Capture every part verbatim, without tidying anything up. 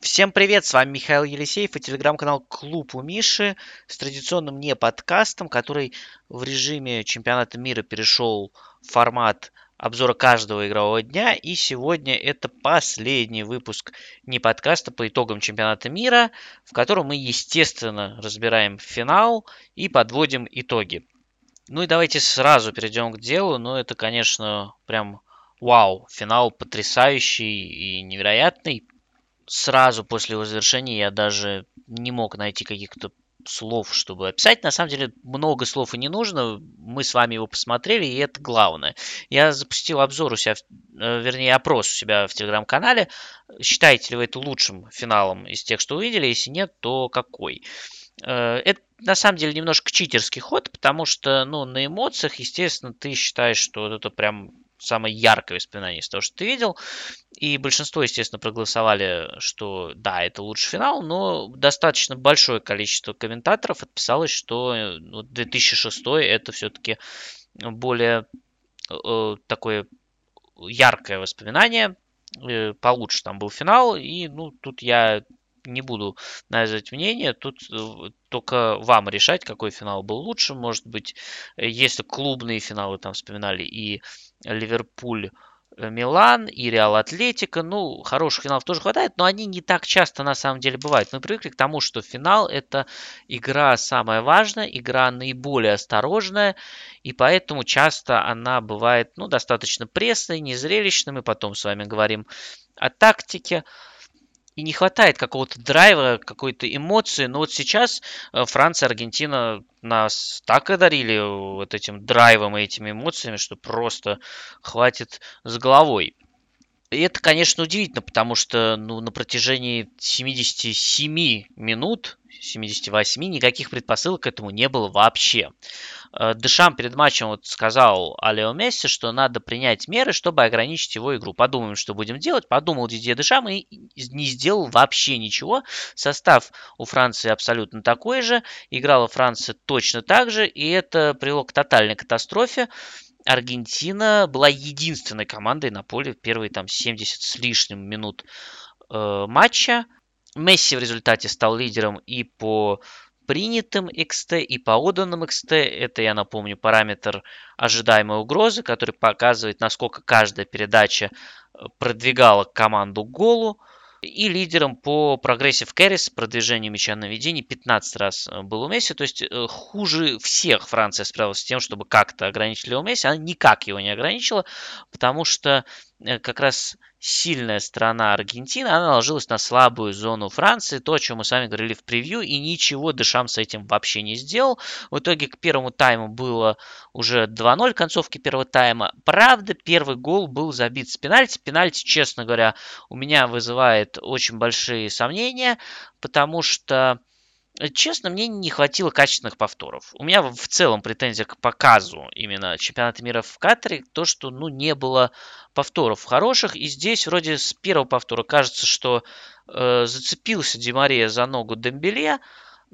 Всем привет, с вами Михаил Елисеев и телеграм-канал Клуб у Миши с традиционным не подкастом, который в режиме чемпионата мира перешел в формат обзора каждого игрового дня. И сегодня это последний выпуск не подкаста по итогам чемпионата мира, в котором мы, естественно, разбираем финал и подводим итоги. Ну и давайте сразу перейдем к делу. Ну это, конечно, прям вау, финал потрясающий и невероятный. Сразу после его завершения я даже не мог найти каких-то слов, чтобы описать. На самом деле много слов и не нужно. Мы с вами его посмотрели, и это главное. Я запустил обзор у себя, вернее, опрос у себя в телеграм-канале. Считаете ли вы это лучшим финалом из тех, что увидели? Если нет, то какой? Это на самом деле немножко читерский ход, потому что, ну, на эмоциях, естественно, ты считаешь, что вот это прям самое яркое воспоминание из того, что ты видел. И большинство, естественно, проголосовали, что да, это лучший финал, но достаточно большое количество комментаторов отписалось, что ну, две тысячи шестой это все-таки более э, такое яркое воспоминание. Э, получше там был финал, и ну, тут я не буду навязывать мнение, тут только вам решать, какой финал был лучше. Может быть, если клубные финалы там вспоминали и Ливерпуль, Милан и Реал Атлетика. Ну, хороших финалов тоже хватает, но они не так часто на самом деле бывают. Мы привыкли к тому, что финал – это игра самая важная, игра наиболее осторожная, и поэтому часто она бывает, ну, достаточно пресной, незрелищной. Мы потом с вами говорим о тактике. И не хватает какого-то драйва, какой-то эмоции. Но вот сейчас Франция, Аргентина нас так одарили вот этим драйвом и этими эмоциями, что просто хватит с головой. И это, конечно, удивительно, потому что ну, на протяжении семидесяти семи минут, семидесяти восьми, никаких предпосылок к этому не было вообще. Дешам перед матчем вот сказал о Лео Месси, что надо принять меры, чтобы ограничить его игру. Подумаем, что будем делать. Подумал Дидье Дешам и не сделал вообще ничего. Состав у Франции абсолютно такой же. Играла Франция точно так же. И это привело к тотальной катастрофе. Аргентина была единственной командой на поле в первые там семьдесят с лишним минут э, матча. Месси в результате стал лидером и по принятым икс ти и по отданным икс ти. Это, я напомню, параметр ожидаемой угрозы, который показывает, насколько каждая передача продвигала команду к голу. И лидером по прогрессив кэррис, продвижению мяча на ведении, пятнадцать раз был у Месси. То есть хуже всех Франция справилась с тем, чтобы как-то ограничить Лео Месси. Она никак его не ограничила, потому что как раз сильная сторона Аргентины, она ложилась на слабую зону Франции, то, о чем мы с вами говорили в превью, и ничего Дешам с этим вообще не сделал. В итоге к первому тайму было уже два ноль концовки первого тайма. Правда, первый гол был забит с пенальти. Пенальти, честно говоря, у меня вызывает очень большие сомнения, потому что честно, мне не хватило качественных повторов. У меня в целом претензия к показу именно чемпионата мира в Катаре, то, что ну, не было повторов хороших. И здесь вроде с первого повтора кажется, что э, зацепился Ди Мария за ногу Дембеле,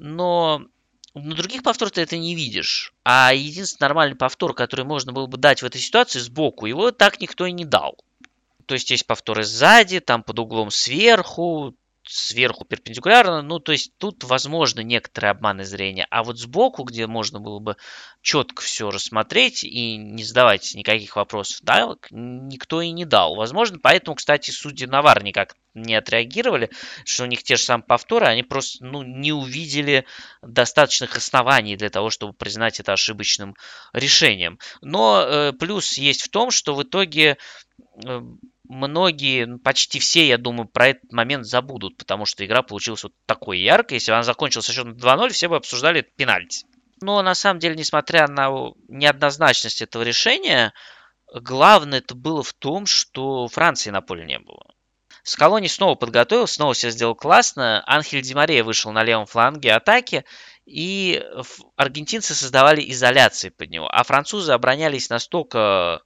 но на других повторах ты это не видишь. А единственный нормальный повтор, который можно было бы дать в этой ситуации сбоку, его так никто и не дал. То есть есть повторы сзади, там под углом сверху, сверху перпендикулярно, ну, то есть тут возможно некоторые обманы зрения, а вот сбоку, где можно было бы четко все рассмотреть и не задавать никаких вопросов, да, никто и не дал. Возможно, поэтому, кстати, судьи на ВАР никак не отреагировали, что у них те же самые повторы, они просто, ну, не увидели достаточных оснований для того, чтобы признать это ошибочным решением. Но э, плюс есть в том, что в итоге э, многие, почти все, я думаю, про этот момент забудут, потому что игра получилась вот такой яркой. Если бы она закончилась со счетом два ноль, все бы обсуждали пенальти. Но на самом деле, несмотря на неоднозначность этого решения, главное это было в том, что Франции на поле не было. Скалони снова подготовил, снова все сделал классно. Анхель Ди Мария вышел на левом фланге атаки, и аргентинцы создавали изоляции под него. А французы оборонялись настолько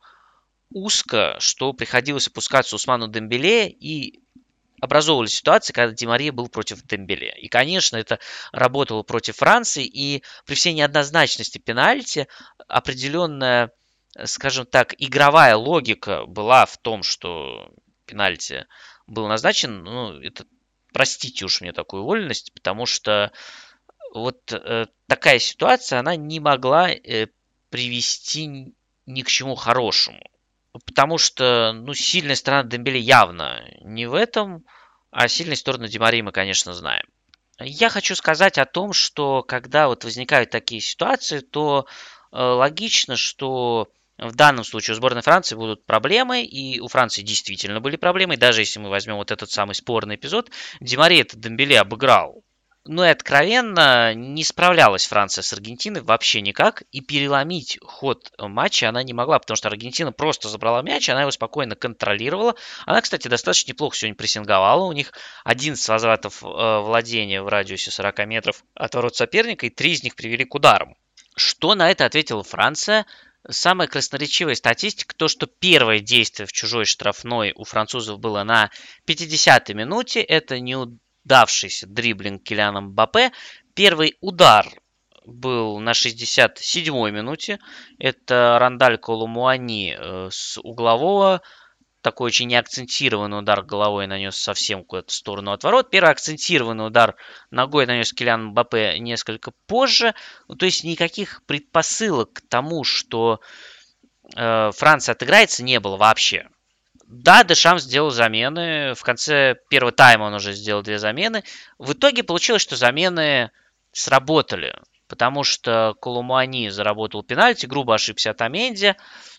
узко, что приходилось опускаться Усману Дембеле, и образовывались ситуации, когда Ди Мария был против Дембеле. И, конечно, это работало против Франции, и при всей неоднозначности пенальти определенная, скажем так, игровая логика была в том, что пенальти был назначен. Ну, это простите уж мне такую вольность, потому что вот э, такая ситуация, она не могла э, привести ни к чему хорошему. Потому что, ну, сильная сторона Дембеле явно не в этом, а сильные стороны Ди Марии мы, конечно, знаем. Я хочу сказать о том, что когда вот возникают такие ситуации, то э, логично, что в данном случае у сборной Франции будут проблемы, и у Франции действительно были проблемы. И даже если мы возьмем вот этот самый спорный эпизод, Ди Мария этот Дембеле обыграл. Ну и откровенно не справлялась Франция с Аргентиной вообще никак, и переломить ход матча она не могла, потому что Аргентина просто забрала мяч, она его спокойно контролировала. Она, кстати, достаточно неплохо сегодня прессинговала, у них одиннадцать возвратов э, владения в радиусе сорок метров от ворот соперника, и три из них привели к ударам. Что на это ответила Франция? Самая красноречивая статистика, то, что первое действие в чужой штрафной у французов было на пятидесятой минуте, это не давшийся дриблинг Килиана Мбаппе. Первый удар был на шестьдесят седьмой минуте. Это Рандаль Колумуани с углового. Такой очень неакцентированный удар головой нанес совсем куда-то в сторону от ворот. Первый акцентированный удар ногой нанес Килиан Мбаппе несколько позже. Ну, то есть никаких предпосылок к тому, что э, Франция отыграется, не было вообще. Да, Дешам сделал замены. В конце первого тайма он уже сделал две замены. В итоге получилось, что замены сработали. Потому что Колумуани заработал пенальти, грубо ошибся от Аменди.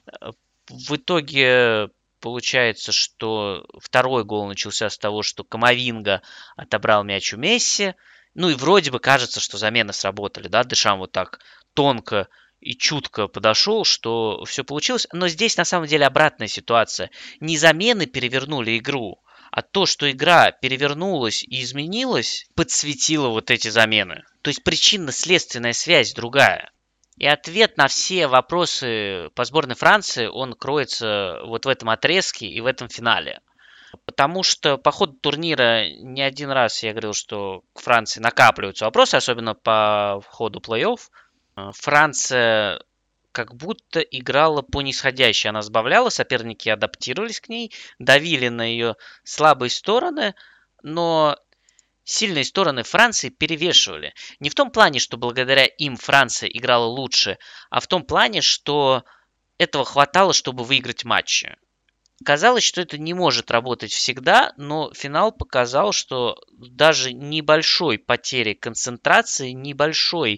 В итоге получается, что второй гол начался с того, что Камавинга отобрал мяч у Месси. Ну и вроде бы кажется, что замены сработали. Да? Дешам вот так тонко и чутко подошел, что все получилось. Но здесь на самом деле обратная ситуация. Не замены перевернули игру, а то, что игра перевернулась и изменилась, подсветило вот эти замены. То есть причинно-следственная связь другая. И ответ на все вопросы по сборной Франции, он кроется вот в этом отрезке и в этом финале. Потому что по ходу турнира не один раз я говорил, что к Франции накапливаются вопросы, особенно по ходу плей-офф. Франция как будто играла по нисходящей. Она сбавляла, соперники адаптировались к ней, давили на ее слабые стороны, но сильные стороны Франции перевешивали. Не в том плане, что благодаря им Франция играла лучше, а в том плане, что этого хватало, чтобы выиграть матчи. Казалось, что это не может работать всегда, но финал показал, что даже небольшой потери концентрации, небольшой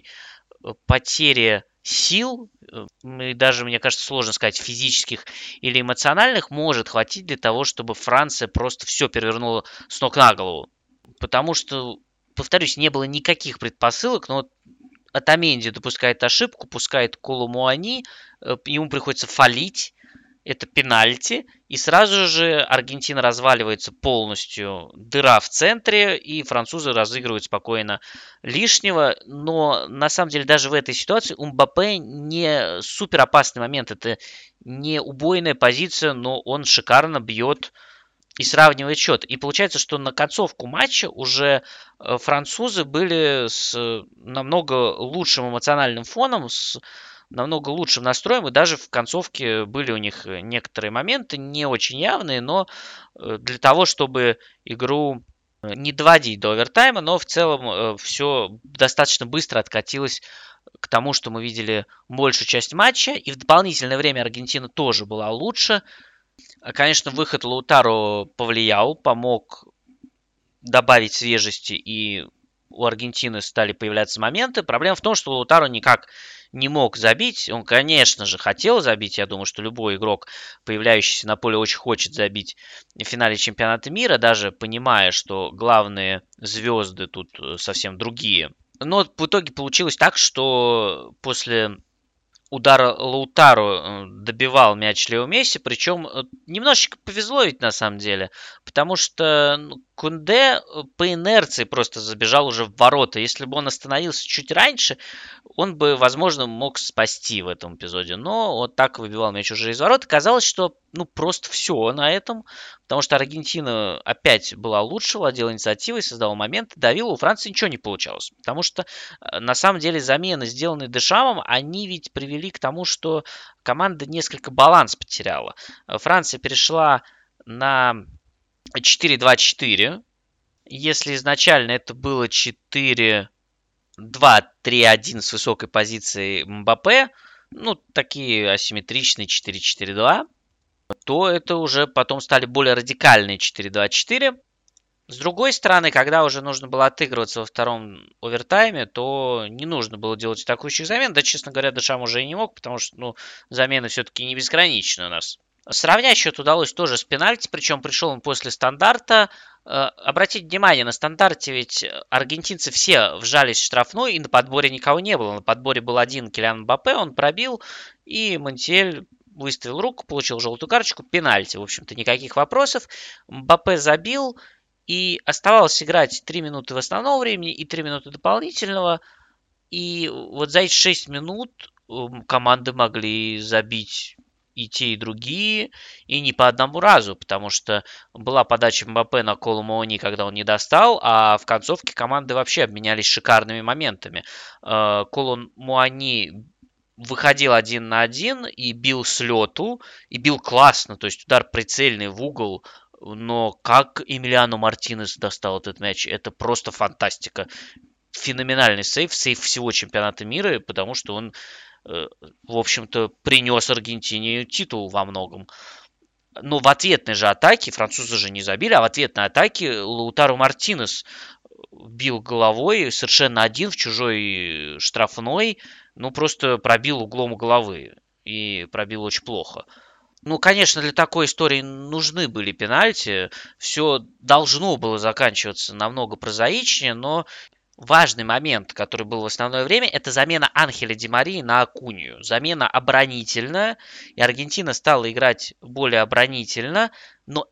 потери сил, и даже, мне кажется, сложно сказать, физических или эмоциональных, может хватить для того, чтобы Франция просто все перевернула с ног на голову. Потому что, повторюсь, не было никаких предпосылок, но вот Отаменди допускает ошибку, пускает Колумуани, ему приходится фалить, это пенальти, и сразу же Аргентина разваливается полностью, дыра в центре, и французы разыгрывают спокойно лишнего, но на самом деле даже в этой ситуации у Мбаппе не супер опасный момент, это не убойная позиция, но он шикарно бьет и сравнивает счет. И получается, что на концовку матча уже французы были с намного лучшим эмоциональным фоном, с намного лучшим настроем, и даже в концовке были у них некоторые моменты, не очень явные, но для того, чтобы игру не доводить до овертайма, но в целом все достаточно быстро откатилось к тому, что мы видели большую часть матча, и в дополнительное время Аргентина тоже была лучше. Конечно, выход Лаутаро повлиял, помог добавить свежести, и у Аргентины стали появляться моменты. Проблема в том, что Лаутаро никак не мог забить. Он, конечно же, хотел забить. Я думаю, что любой игрок, появляющийся на поле, очень хочет забить в финале чемпионата мира, даже понимая, что главные звезды тут совсем другие. Но в итоге получилось так, что после удара Лаутаро добивал мяч Лео Месси, причем немножечко повезло ведь на самом деле, потому что Кунде по инерции просто забежал уже в ворота. Если бы он остановился чуть раньше, он бы, возможно, мог спасти в этом эпизоде. Но вот так выбивал мяч уже из ворот. Казалось, что ну просто все на этом, потому что Аргентина опять была лучше, владела инициативой, создала момент, давила, у Франции ничего не получалось. Потому что на самом деле замены, сделанные Дешамом, они ведь привели к тому, что команда несколько баланс потеряла. Франция перешла на четыре два четыре, Если изначально это было четыре два три один с высокой позиции Мбаппе, ну, такие асимметричные четыре четыре два, то это уже потом стали более радикальные четыре два четыре. С другой стороны, когда уже нужно было отыгрываться во втором овертайме, то не нужно было делать атакующих замен. Да, честно говоря, Дешам уже и не мог, потому что, ну, замены все-таки не безграничны у нас. Сравнять счет удалось тоже с пенальти, причем пришел он после стандарта. Обратите внимание, на стандарте ведь аргентинцы все вжались в штрафной, и на подборе никого не было. На подборе был один Килиан Мбаппе, он пробил, и Монтиэль выставил руку, получил желтую карточку, пенальти. В общем-то, никаких вопросов. Мбаппе забил, и оставалось играть три минуты в основном времени и три минуты дополнительного. И вот за эти шесть минут команды могли забить и те, и другие, и не по одному разу, потому что была подача Мбаппе на Колу Муани, когда он не достал, а в концовке команды вообще обменялись шикарными моментами. Колу Муани выходил один на один и бил с лету, и бил классно, то есть удар прицельный в угол, но как Эмилиано Мартинес достал этот мяч, это просто фантастика. Феноменальный сейв, сейв всего чемпионата мира, потому что он в общем-то, принес Аргентине титул во многом. Но в ответной же атаке, французы же не забили, а в ответной атаке Лаутаро Мартинес бил головой совершенно один в чужой штрафной, ну, просто пробил углом головы. И пробил очень плохо. Ну, конечно, для такой истории нужны были пенальти. Все должно было заканчиваться намного прозаичнее, но важный момент, который был в основное время, это замена Анхеля Ди Марии на Акунью. Замена оборонительная, и Аргентина стала играть более оборонительно. Но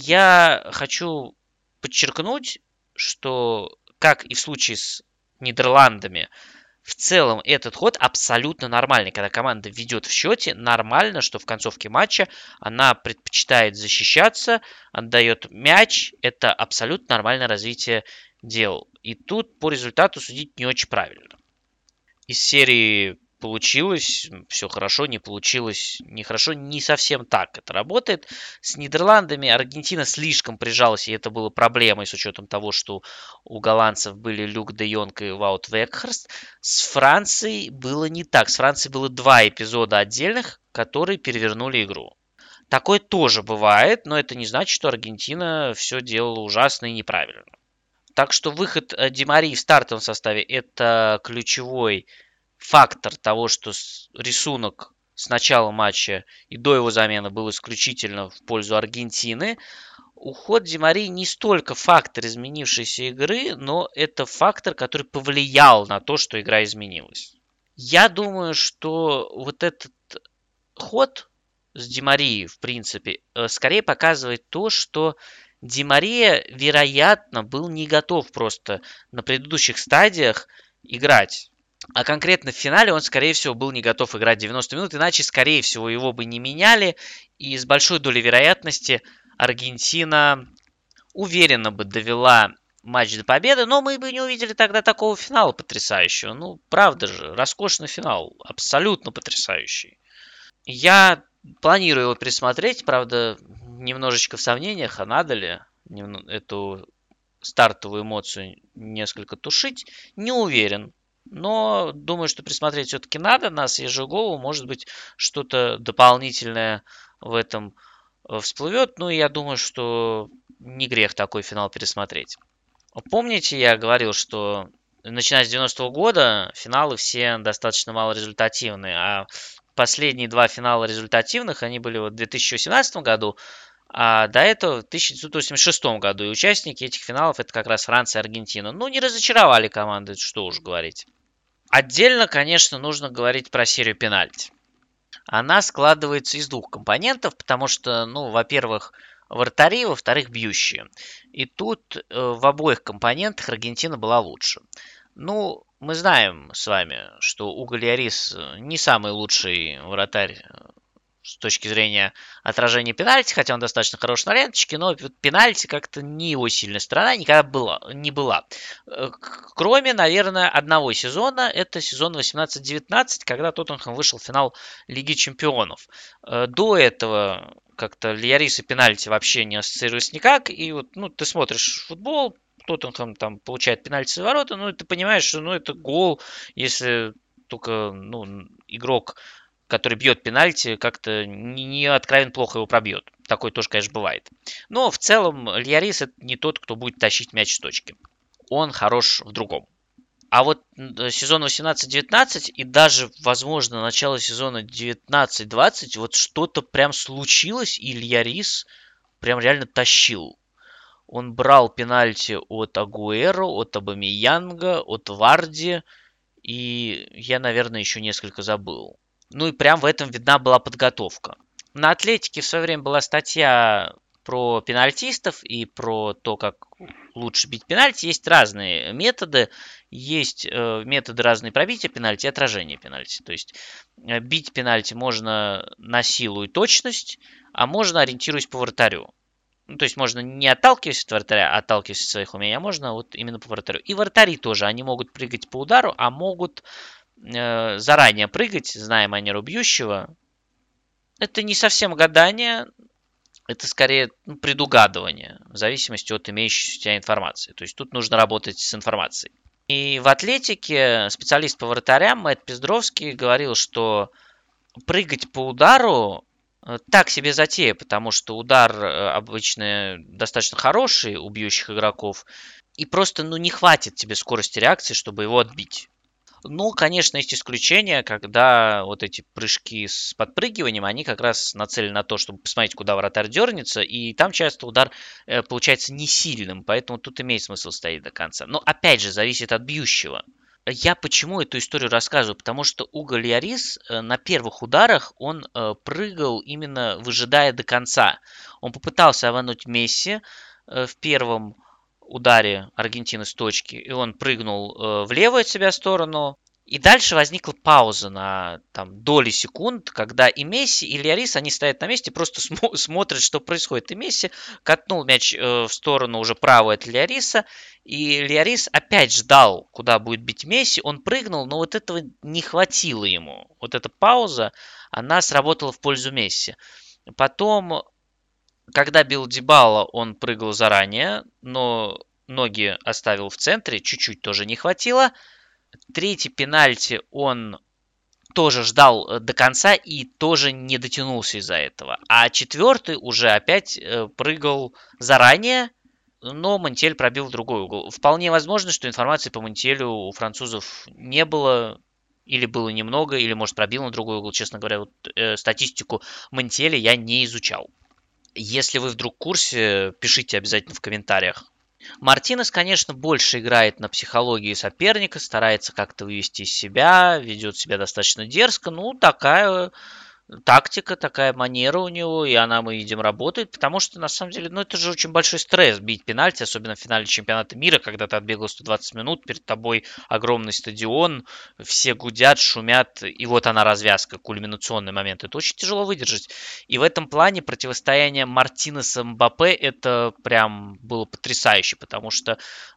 я хочу подчеркнуть, что, как и в случае с Нидерландами, в целом этот ход абсолютно нормальный. Когда команда ведет в счете, нормально, что в концовке матча она предпочитает защищаться, отдает мяч. Это абсолютно нормальное развитие дел. И тут по результату судить не очень правильно. Из серии получилось, все хорошо, не получилось, нехорошо, не совсем так это работает. С Нидерландами Аргентина слишком прижалась, и это было проблемой с учетом того, что у голландцев были Люк де Йонг и Ваут Векхерст. С Францией было не так. С Францией было два эпизода отдельных, которые перевернули игру. Такое тоже бывает, но это не значит, что Аргентина все делала ужасно и неправильно. Так что выход Ди Марии в стартовом составе – это ключевой фактор того, что рисунок с начала матча и до его замены был исключительно в пользу Аргентины. Уход Ди Марии не столько фактор изменившейся игры, но это фактор, который повлиял на то, что игра изменилась. Я думаю, что вот этот ход с Ди Марией, в принципе, скорее показывает то, что Ди Мария, вероятно, был не готов просто на предыдущих стадиях играть. А конкретно в финале он, скорее всего, был не готов играть девяносто минут, иначе, скорее всего, его бы не меняли. И с большой долей вероятности Аргентина уверенно бы довела матч до победы, но мы бы не увидели тогда такого финала потрясающего. Ну, правда же, роскошный финал, абсолютно потрясающий. Я планирую его пересмотреть, правда, немножечко в сомнениях, а надо ли эту стартовую эмоцию несколько тушить, не уверен. Но думаю, что присмотреть все-таки надо на свежую голову. Может быть, что-то дополнительное в этом всплывет. Ну, и я думаю, что не грех такой финал пересмотреть. Помните, я говорил, что начиная с девяностого года финалы все достаточно малорезультативные, а последние два финала результативных, они были вот в две тысячи восемнадцатом году, а до этого в тысяча девятьсот восемьдесят шестом году. И участники этих финалов это как раз Франция и Аргентина. Ну, не разочаровали команды, что уж говорить. Отдельно, конечно, нужно говорить про серию пенальти. Она складывается из двух компонентов, потому что, ну, во-первых, вратари, во-вторых, бьющие. И тут э, в обоих компонентах Аргентина была лучше. Ну, мы знаем с вами, что Уго Льорис не самый лучший вратарь с точки зрения отражения пенальти, хотя он достаточно хорош на ленточке, но пенальти как-то не его сильная сторона никогда была, не была. Кроме, наверное, одного сезона, это сезон восемнадцать девятнадцать, когда Тоттенхэм вышел в финал Лиги Чемпионов. До этого как-то Льорис и пенальти вообще не ассоциировались никак, и вот, ну, ты смотришь футбол, Тоттенхэм там получает пенальти за ворота, ну, ты понимаешь, что ну, это гол, если только ну, игрок, который бьет пенальти, как-то не, не откровенно плохо его пробьет. Такое тоже, конечно, бывает. Но в целом Льярис это не тот, кто будет тащить мяч с точки. Он хорош в другом. А вот сезон восемнадцать девятнадцать и даже, возможно, начало сезона девятнадцать двадцать, вот что-то прям случилось, и Льярис прям реально тащил. Он брал пенальти от Агуэро, от Абамеянга, от Варди, и я, наверное, еще несколько забыл. Ну и прям в этом видна была подготовка. На Атлетике в свое время была статья про пенальтистов и про то, как лучше бить пенальти. Есть разные методы. Есть э, методы разные пробития пенальти и отражения пенальти. То есть э, бить пенальти можно на силу и точность, а можно ориентируясь по вратарю. Ну, то есть можно не отталкиваясь от вратаря, а отталкиваясь от своих умений, а можно вот именно по вратарю. И вратари тоже, они могут прыгать по удару, а могут э, заранее прыгать, зная манеру бьющего. Это не совсем гадание, это скорее ну, предугадывание, в зависимости от имеющейся у тебя информации. То есть тут нужно работать с информацией. И в атлетике специалист по вратарям Мэтт Пездровский говорил, что прыгать по удару так себе затея, потому что удар обычно достаточно хороший у бьющих игроков, и просто ну, не хватит тебе скорости реакции, чтобы его отбить. Ну, конечно, есть исключения, когда вот эти прыжки с подпрыгиванием, они как раз нацелены на то, чтобы посмотреть, куда вратарь дернется, и там часто удар э, получается не сильным, поэтому тут имеет смысл стоять до конца. Но опять же, зависит от бьющего. Я почему эту историю рассказываю? Потому что Уго Льярис э, на первых ударах он э, прыгал именно выжидая до конца. Он попытался авануть Месси э, в первом ударе Аргентины с точки, и он прыгнул э, в левую от себя сторону. И дальше возникла пауза на там, доли секунд, когда и Месси, и Льярис, они стоят на месте, просто смо- смотрят, что происходит. И Месси катнул мяч э, в сторону уже правую от Льяриса, и Льярис опять ждал, куда будет бить Месси. Он прыгнул, но вот этого не хватило ему. Вот эта пауза, она сработала в пользу Месси. Потом, когда бил Дибала, он прыгал заранее, но ноги оставил в центре, чуть-чуть тоже не хватило. Третий пенальти он тоже ждал до конца и тоже не дотянулся из-за этого. А четвертый уже опять прыгал заранее, но Монтель пробил в другой угол. Вполне возможно, что информации по Монтелю у французов не было, или было немного, или, может, пробил на другой угол. Честно говоря, вот, э, статистику Монтеля я не изучал. Если вы вдруг в курсе, пишите обязательно в комментариях. Мартинес, конечно, больше играет на психологии соперника, старается как-то вывести из себя, ведет себя достаточно дерзко. Ну, такая тактика, такая манера у него, и она, мы видим, работает, потому что, на самом деле, ну, это же очень большой стресс бить пенальти, особенно в финале чемпионата мира, когда ты отбегал сто двадцать минут, перед тобой огромный стадион, все гудят, шумят, и вот она развязка, кульминационный момент. Это очень тяжело выдержать. И в этом плане противостояние Мартинеса Мбаппе это прям было потрясающе, потому что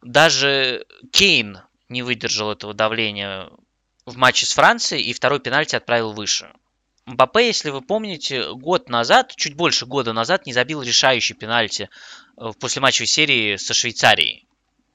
даже Кейн не выдержал этого давления в матче с Францией и второй пенальти отправил выше. Мбаппе, если вы помните, год назад, чуть больше года назад, не забил решающий пенальти в послематчевой серии со Швейцарией.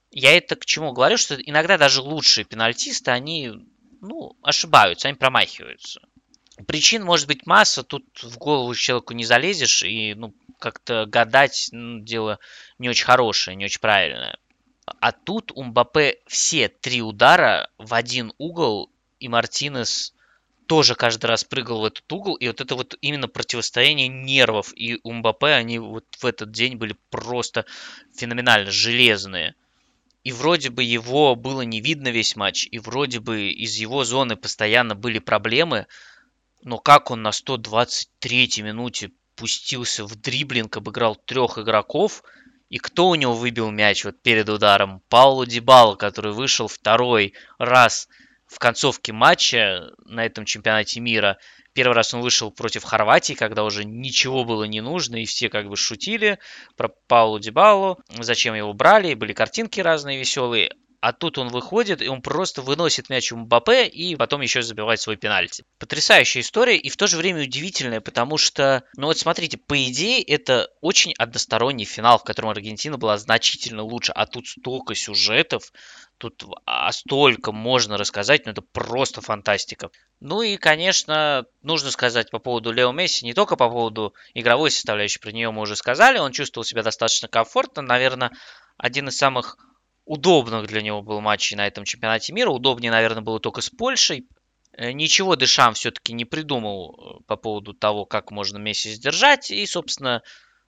Я это к чему говорю, что иногда даже лучшие пенальтисты, они ну, ошибаются, они промахиваются. Причин может быть масса, тут в голову человеку не залезешь, и ну, как-то гадать ну, дело не очень хорошее, не очень правильное. А тут у Мбаппе все три удара в один угол, и Мартинес тоже каждый раз прыгал в этот угол, и вот это вот именно противостояние нервов и у Мбаппе, они вот в этот день были просто феноменально железные. И вроде бы его было не видно весь матч, и вроде бы из его зоны постоянно были проблемы, но как он на сто двадцать третьей минуте пустился в дриблинг, обыграл трех игроков, и кто у него выбил мяч вот перед ударом? Пауло Дибала, который вышел второй раз в концовке матча на этом чемпионате мира. Первый раз он вышел против Хорватии, когда уже ничего было не нужно, и все как бы шутили про Пауло Дибалу, зачем его брали, были картинки разные веселые. А тут он выходит, и он просто выносит мяч у Мбаппе и потом еще забивает свой пенальти. Потрясающая история и в то же время удивительная, потому что, ну вот смотрите, по идее это очень односторонний финал, в котором Аргентина была значительно лучше, а тут столько сюжетов, тут а, столько можно рассказать, ну это просто фантастика. Ну и, конечно, нужно сказать по поводу Лео Месси, не только по поводу игровой составляющей, про нее мы уже сказали, он чувствовал себя достаточно комфортно, наверное, один из самых удобных для него был матч на этом чемпионате мира. Удобнее, наверное, было только с Польшей. Э, Ничего Дешам все-таки не придумал э, по поводу того, как можно Месси сдержать. И, собственно,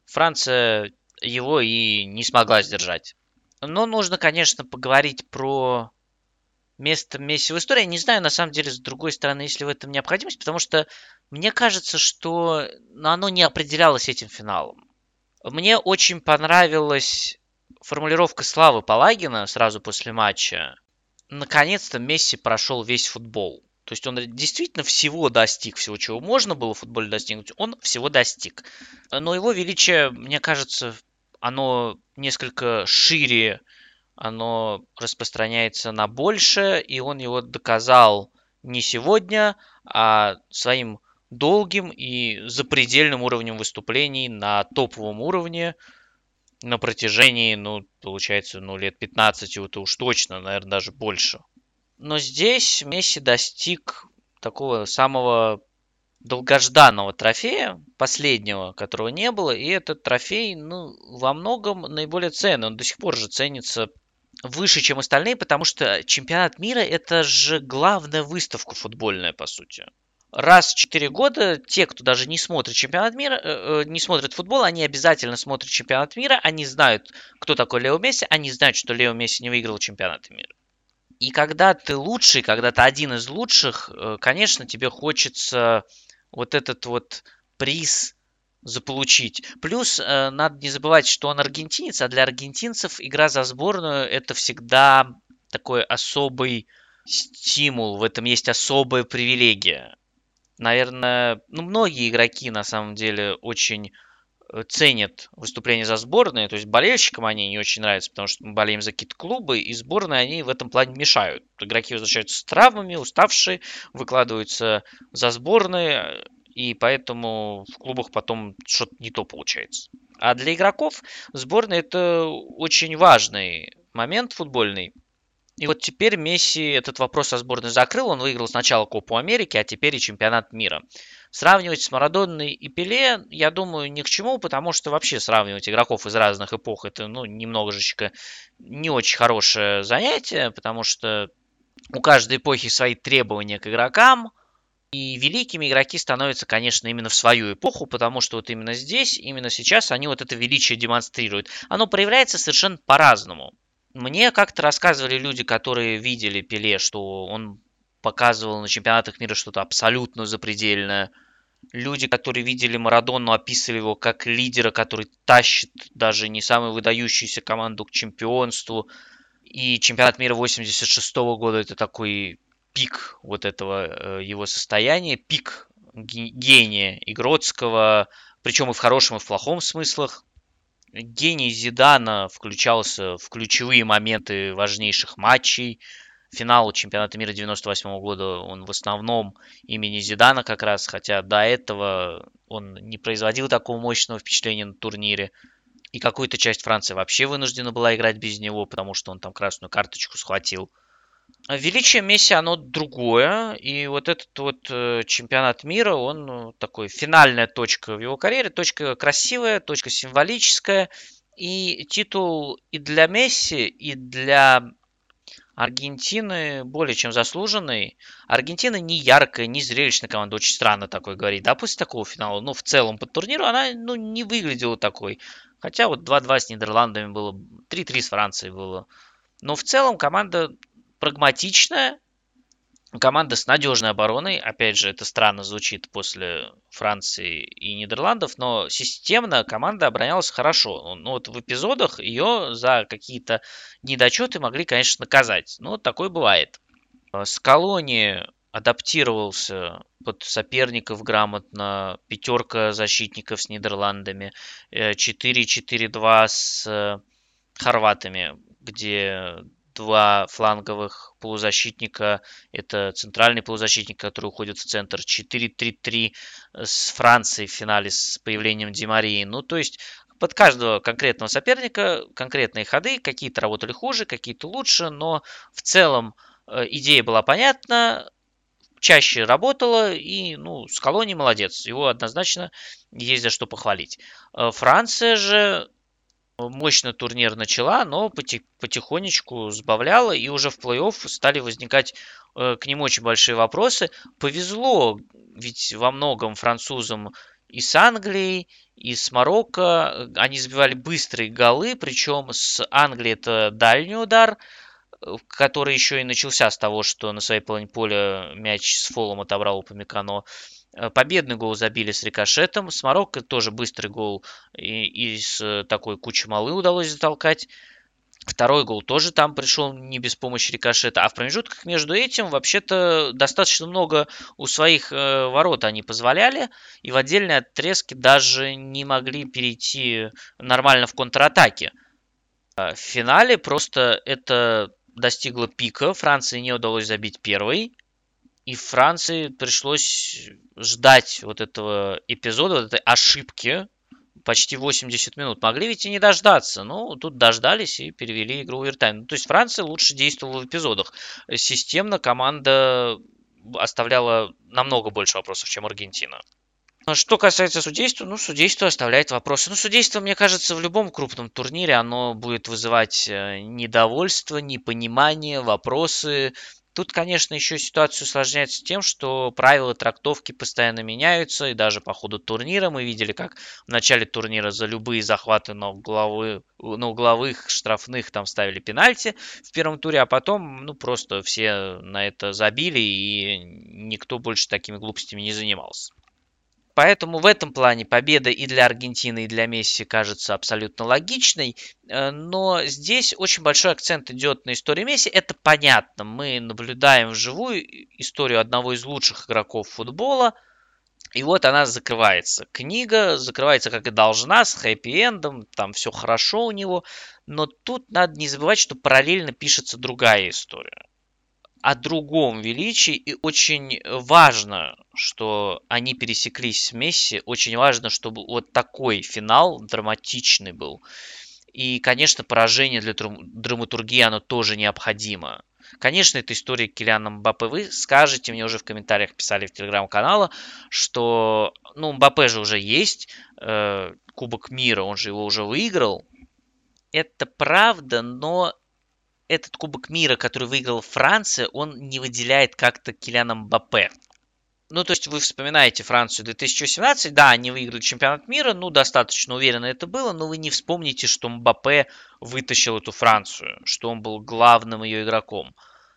Франция его и не смогла сдержать. Но нужно, конечно, поговорить про место Месси в истории. Я не знаю, на самом деле, с другой стороны, есть ли в этом необходимость, потому что мне кажется, что ну, оно не определялось этим финалом. Мне очень понравилась формулировка Славы Палагина сразу после матча. Наконец-то Месси прошел весь футбол. То есть он действительно всего достиг, всего, чего можно было в футболе достигнуть, он всего достиг. Но его величие, мне кажется, оно несколько шире, оно распространяется на больше, и он его доказал не сегодня, а своим долгим и запредельным уровнем выступлений на топовом уровне на протяжении, ну, получается, ну, лет пятнадцать, вот уж точно, наверное, даже больше. Но здесь Месси достиг такого самого долгожданного трофея, последнего, которого не было, и этот трофей, ну, во многом наиболее ценный. Он до сих пор же ценится выше, чем остальные, потому что чемпионат мира – это же главная выставка футбольная, по сути. Раз в четыре года те, кто даже не смотрит чемпионат мира, э, э, не смотрит футбол, они обязательно смотрят чемпионат мира, они знают, кто такой Лео Месси, они знают, что Лео Месси не выиграл чемпионат мира. И когда ты лучший, когда ты один из лучших, э, конечно, тебе хочется вот этот вот приз заполучить. Плюс э, надо не забывать, что он аргентинец, а для аргентинцев игра за сборную это всегда такой особый стимул, в этом есть особая привилегия. Наверное, ну, многие игроки на самом деле очень э, ценят выступление за сборные, то есть болельщикам они не очень нравятся, потому что мы болеем за какие-то клубы, и сборные они в этом плане мешают. Игроки возвращаются с травмами, уставшие, выкладываются за сборные, и поэтому в клубах потом что-то не то получается. А для игроков сборная это очень важный момент футбольный. И вот теперь Месси этот вопрос со сборной закрыл. Он выиграл сначала Копу Америки, а теперь и чемпионат мира. Сравнивать с Марадонной и Пеле, я думаю, ни к чему, потому что вообще сравнивать игроков из разных эпох это, ну, немножечко не очень хорошее занятие, потому что у каждой эпохи свои требования к игрокам. И великими игроки становятся, конечно, именно в свою эпоху, потому что вот именно здесь, именно сейчас они вот это величие демонстрируют. Оно проявляется совершенно по-разному. Мне как-то рассказывали люди, которые видели Пеле, что он показывал на чемпионатах мира что-то абсолютно запредельное. Люди, которые видели Марадону, описывали его как лидера, который тащит даже не самую выдающуюся команду к чемпионству. И чемпионат мира восемьдесят шестого года это такой пик вот этого э, его состояния, пик гения Игротского, причем и в хорошем, и в плохом смыслах. Гений Зидана включался в ключевые моменты важнейших матчей. Финал чемпионата мира девяносто восьмого года он в основном имени Зидана как раз, хотя до этого он не производил такого мощного впечатления на турнире. И какую-то часть Франции вообще вынуждена была играть без него, потому что он там красную карточку схватил. Величие Месси, оно другое, и вот этот вот э, чемпионат мира, он ну, такой финальная точка в его карьере, точка красивая, точка символическая, и титул и для Месси, и для Аргентины более чем заслуженный. Аргентина не яркая, не зрелищная команда, очень странно такое говорить, да, после такого финала, ну, в целом по турниру она, ну, не выглядела такой, хотя вот два-два с Нидерландами было, три-три с Францией было, но в целом команда прагматичная, команда с надежной обороной. Опять же, это странно звучит после Франции и Нидерландов, но системно команда оборонялась хорошо. Ну вот в эпизодах ее за какие-то недочеты могли, конечно, наказать. Ну вот такое бывает. Скалони адаптировался под соперников грамотно. Пятерка защитников с Нидерландами. четыре четыре два с хорватами, где два фланговых полузащитника. Это центральный полузащитник, который уходит в центр. четыре три три с Францией в финале с появлением Ди Марии. Ну, то есть под каждого конкретного соперника конкретные ходы. Какие-то работали хуже, какие-то лучше. Но в целом идея была понятна. Чаще работала, и, ну, Скалони молодец. Его однозначно есть за что похвалить. Франция же мощно турнир начала, но потихонечку сбавляла, и уже в плей-офф стали возникать э, к ним очень большие вопросы. Повезло, ведь во многом французам и с Англией, и с Марокко. Они забивали быстрые голы, причем с Англией это дальний удар, который еще и начался с того, что на своей половине поля мяч с фолом отобрал Упамекано. Победный гол забили с рикошетом. С Марокко тоже быстрый гол из такой кучи малы удалось затолкать. Второй гол тоже там пришел не без помощи рикошета. А в промежутках между этим вообще-то достаточно много у своих э, ворот они позволяли. И в отдельные отрезки даже не могли перейти нормально в контратаке. В финале просто это достигло пика. Франции не удалось забить первой. И Франции пришлось ждать вот этого эпизода, вот этой ошибки почти восемьдесят минут. Могли ведь и не дождаться. Ну, тут дождались и перевели игру в овертайм. Ну, то есть Франция лучше действовала в эпизодах. Системно команда оставляла намного больше вопросов, чем Аргентина. Что касается судейства, ну, судейство оставляет вопросы. Ну, судейство, мне кажется, в любом крупном турнире оно будет вызывать недовольство, непонимание, вопросы. Тут, конечно, еще ситуация усложняется тем, что правила трактовки постоянно меняются, и даже по ходу турнира мы видели, как в начале турнира за любые захваты на, угловы, на угловых штрафных там ставили пенальти в первом туре, а потом, ну, просто все на это забили, и никто больше такими глупостями не занимался. Поэтому в этом плане победа и для Аргентины, и для Месси кажется абсолютно логичной. Но здесь очень большой акцент идет на историю Месси. Это понятно. Мы наблюдаем вживую историю одного из лучших игроков футбола. И вот она закрывается. Книга закрывается, как и должна, с хэппи-эндом. Там все хорошо у него. Но тут надо не забывать, что параллельно пишется другая история. О другом величии, и очень важно, что они пересеклись с Месси, очень важно, чтобы вот такой финал драматичный был. И, конечно, поражение для драматургии, оно тоже необходимо. Конечно, это история Килиана Мбаппе. Вы скажете, мне уже в комментариях писали в телеграм-канала, что, ну, Мбаппе же уже есть, э, Кубок мира, он же его уже выиграл. Это правда, но этот Кубок мира, который выиграла Франция, он не выделяет как-то Килиана Мбаппе. Ну, то есть вы вспоминаете Францию две тысячи восемнадцать, да, они выиграли чемпионат мира, ну, достаточно уверенно это было, но вы не вспомните, что Мбаппе вытащил эту Францию, что он был главным ее игроком.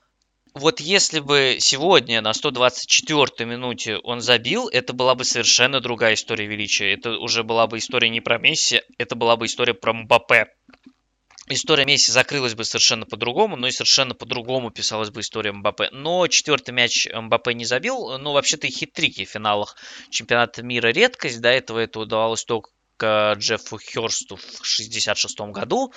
Вот если бы сегодня на сто двадцать четвёртой минуте он забил, это была бы совершенно другая история величия. Это уже была бы история не про Месси, это была бы история про Мбаппе. История Месси закрылась бы совершенно по-другому, но и совершенно по-другому писалась бы история Мбаппе. Но четвертый мяч Мбаппе не забил. Ну, вообще-то и хит-трики в финалах чемпионата мира редкость. До этого это удавалось только Джеффу Хёрсту в шестьдесят шестом году.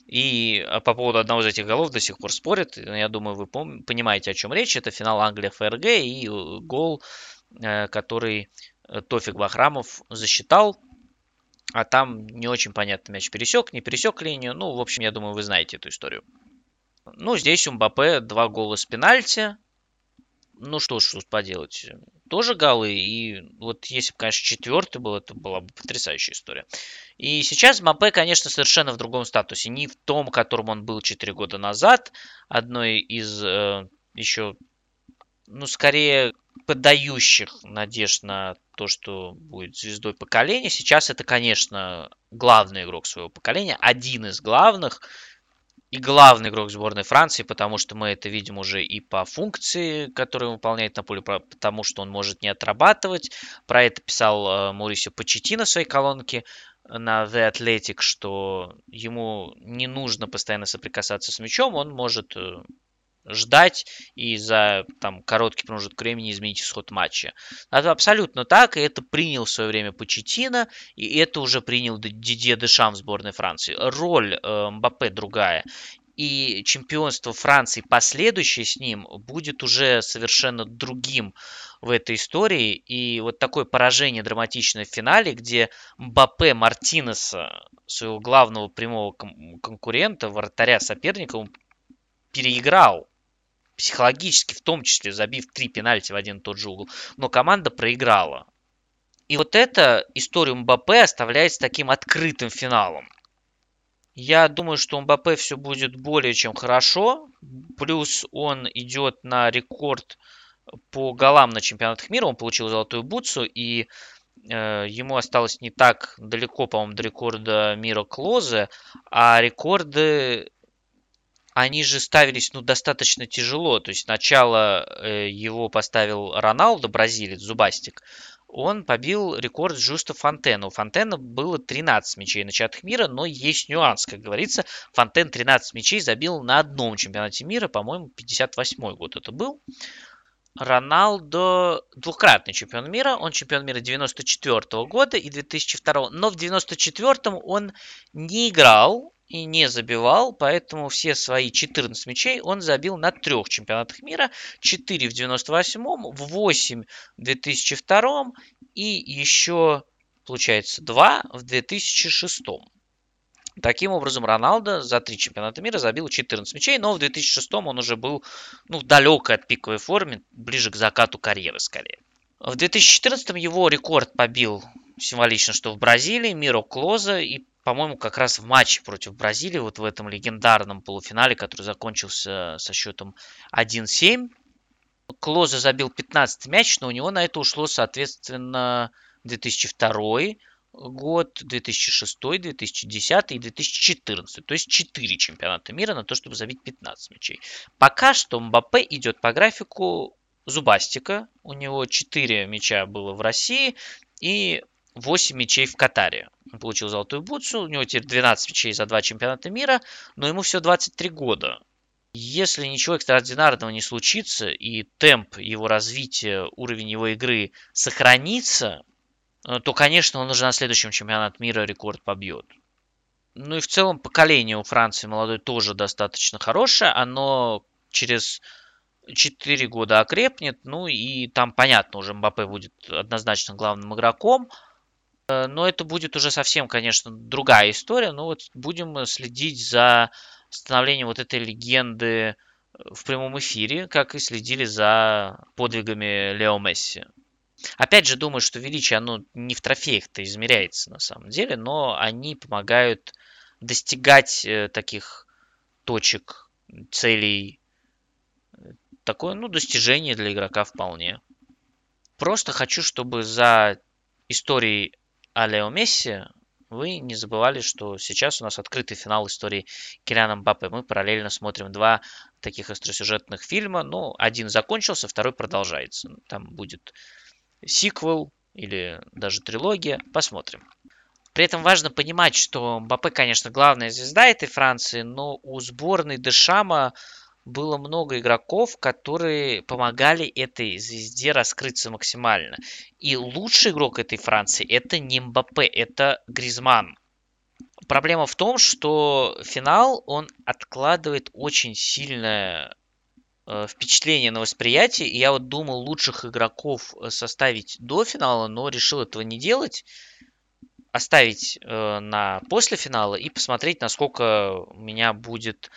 И по поводу одного из этих голов до сих пор спорят. Я думаю, вы пом- понимаете, о чем речь. Это финал Англия-ФРГ и гол, который Тофик Бахрамов засчитал. А там не очень понятно, мяч пересек, не пересек линию. Ну, в общем, я думаю, вы знаете эту историю. Ну, здесь у Мбаппе два гола с пенальти. Ну, что ж тут поделать. Тоже голы. И вот если бы, конечно, четвертый был, это была бы потрясающая история. И сейчас Мбаппе, конечно, совершенно в другом статусе. Не в том, которым он был четыре года назад. Одной из э, еще, ну, скорее подающих надежд на то, что будет звездой поколения. Сейчас это, конечно, главный игрок своего поколения, один из главных и главный игрок сборной Франции, потому что мы это видим уже и по функции, которую он выполняет на поле, потому что он может не отрабатывать. Про это писал Маурисио Почеттино в своей колонке на The Athletic, что ему не нужно постоянно соприкасаться с мячом, он может ждать и за там, короткий промежуток времени изменить исход матча. Это абсолютно так, и это принял в свое время Почеттино, и это уже принял Дидье Дешам в сборной Франции. Роль э, Мбаппе другая. и чемпионство Франции, последующее с ним, будет уже совершенно другим в этой истории. И вот такое поражение драматичное в финале, где Мбаппе Мартинеса, своего главного прямого кон- конкурента, вратаря соперника, он переиграл. Психологически, в том числе, забив три пенальти в один и тот же угол. Но команда проиграла. И вот эта историю Мбаппе оставляет с таким открытым финалом. Я думаю, что у Мбаппе все будет более чем хорошо. Плюс он идет на рекорд по голам на чемпионатах мира. Он получил золотую бутсу, и э, ему осталось не так далеко, по-моему, до рекорда мира Клозе. А рекорды, они же ставились, ну, достаточно тяжело. То есть сначала э, его поставил Роналдо, бразилец, зубастик. Он побил рекорд Жуста Фонтена. У Фонтена было тринадцать мячей на чемпионатах мира, но есть нюанс, как говорится. Фонтен тринадцать мячей забил на одном чемпионате мира, по-моему, пятьдесят восьмой год это был. Роналдо двукратный чемпион мира. Он чемпион мира девяносто четвёртого года и две тысячи второго. Но в девяносто четвёртом он не играл и не забивал, поэтому все свои четырнадцать мячей он забил на трех чемпионатах мира. четыре в девяносто восьмом, восемь в две тысячи втором и еще, получается, два в две тысячи шестом. Таким образом, Роналдо за три чемпионата мира забил четырнадцать мячей, но в две тысячи шестом он уже был, ну, в далекой от пиковой форме, ближе к закату карьеры скорее. В две тысячи четырнадцатом его рекорд побил символично, что в Бразилии, Миро Клоза, и, по-моему, как раз в матче против Бразилии, вот в этом легендарном полуфинале, который закончился со счетом один семь. Клоза забил пятнадцать мяч, но у него на это ушло, соответственно, две тысячи второй год, две тысячи шестой, две тысячи десятый и две тысячи четырнадцатый. То есть четыре чемпионата мира на то, чтобы забить пятнадцать мячей. Пока что Мбаппе идет по графику зубастика. У него четыре мяча было в России и восемь мячей в Катаре. Он получил золотую бутсу, у него теперь двенадцать мячей за два чемпионата мира, но ему всего двадцать три года. Если ничего экстраординарного не случится и темп его развития, уровень его игры сохранится, то, конечно, он уже на следующем чемпионате мира рекорд побьет. Ну и в целом поколение у Франции молодой тоже достаточно хорошее. Оно через четыре года окрепнет. Ну и там, понятно, уже Мбаппе будет однозначно главным игроком. Но это будет уже совсем, конечно, другая история. Но вот будем следить за становлением вот этой легенды в прямом эфире, как и следили за подвигами Лео Месси. Опять же, думаю, что величие, оно не в трофеях-то измеряется на самом деле, но они помогают достигать э, таких точек, целей. Такое, ну, достижение для игрока вполне. Просто хочу, чтобы за историей о Лео Месси вы не забывали, что сейчас у нас открытый финал истории Килиана Мбаппе. Мы параллельно смотрим два таких остросюжетных фильма. Ну, один закончился, второй продолжается. Там будет сиквел или даже трилогия. Посмотрим. При этом важно понимать, что Мбаппе, конечно, главная звезда этой Франции, но у сборной Дешама было много игроков, которые помогали этой звезде раскрыться максимально. И лучший игрок этой Франции это не Мбаппе, это Гризманн. Проблема в том, что финал, он откладывает очень сильное э, впечатление на восприятие. И я вот думал лучших игроков составить до финала, но решил этого не делать. Оставить э, на после финала и посмотреть, насколько у меня будет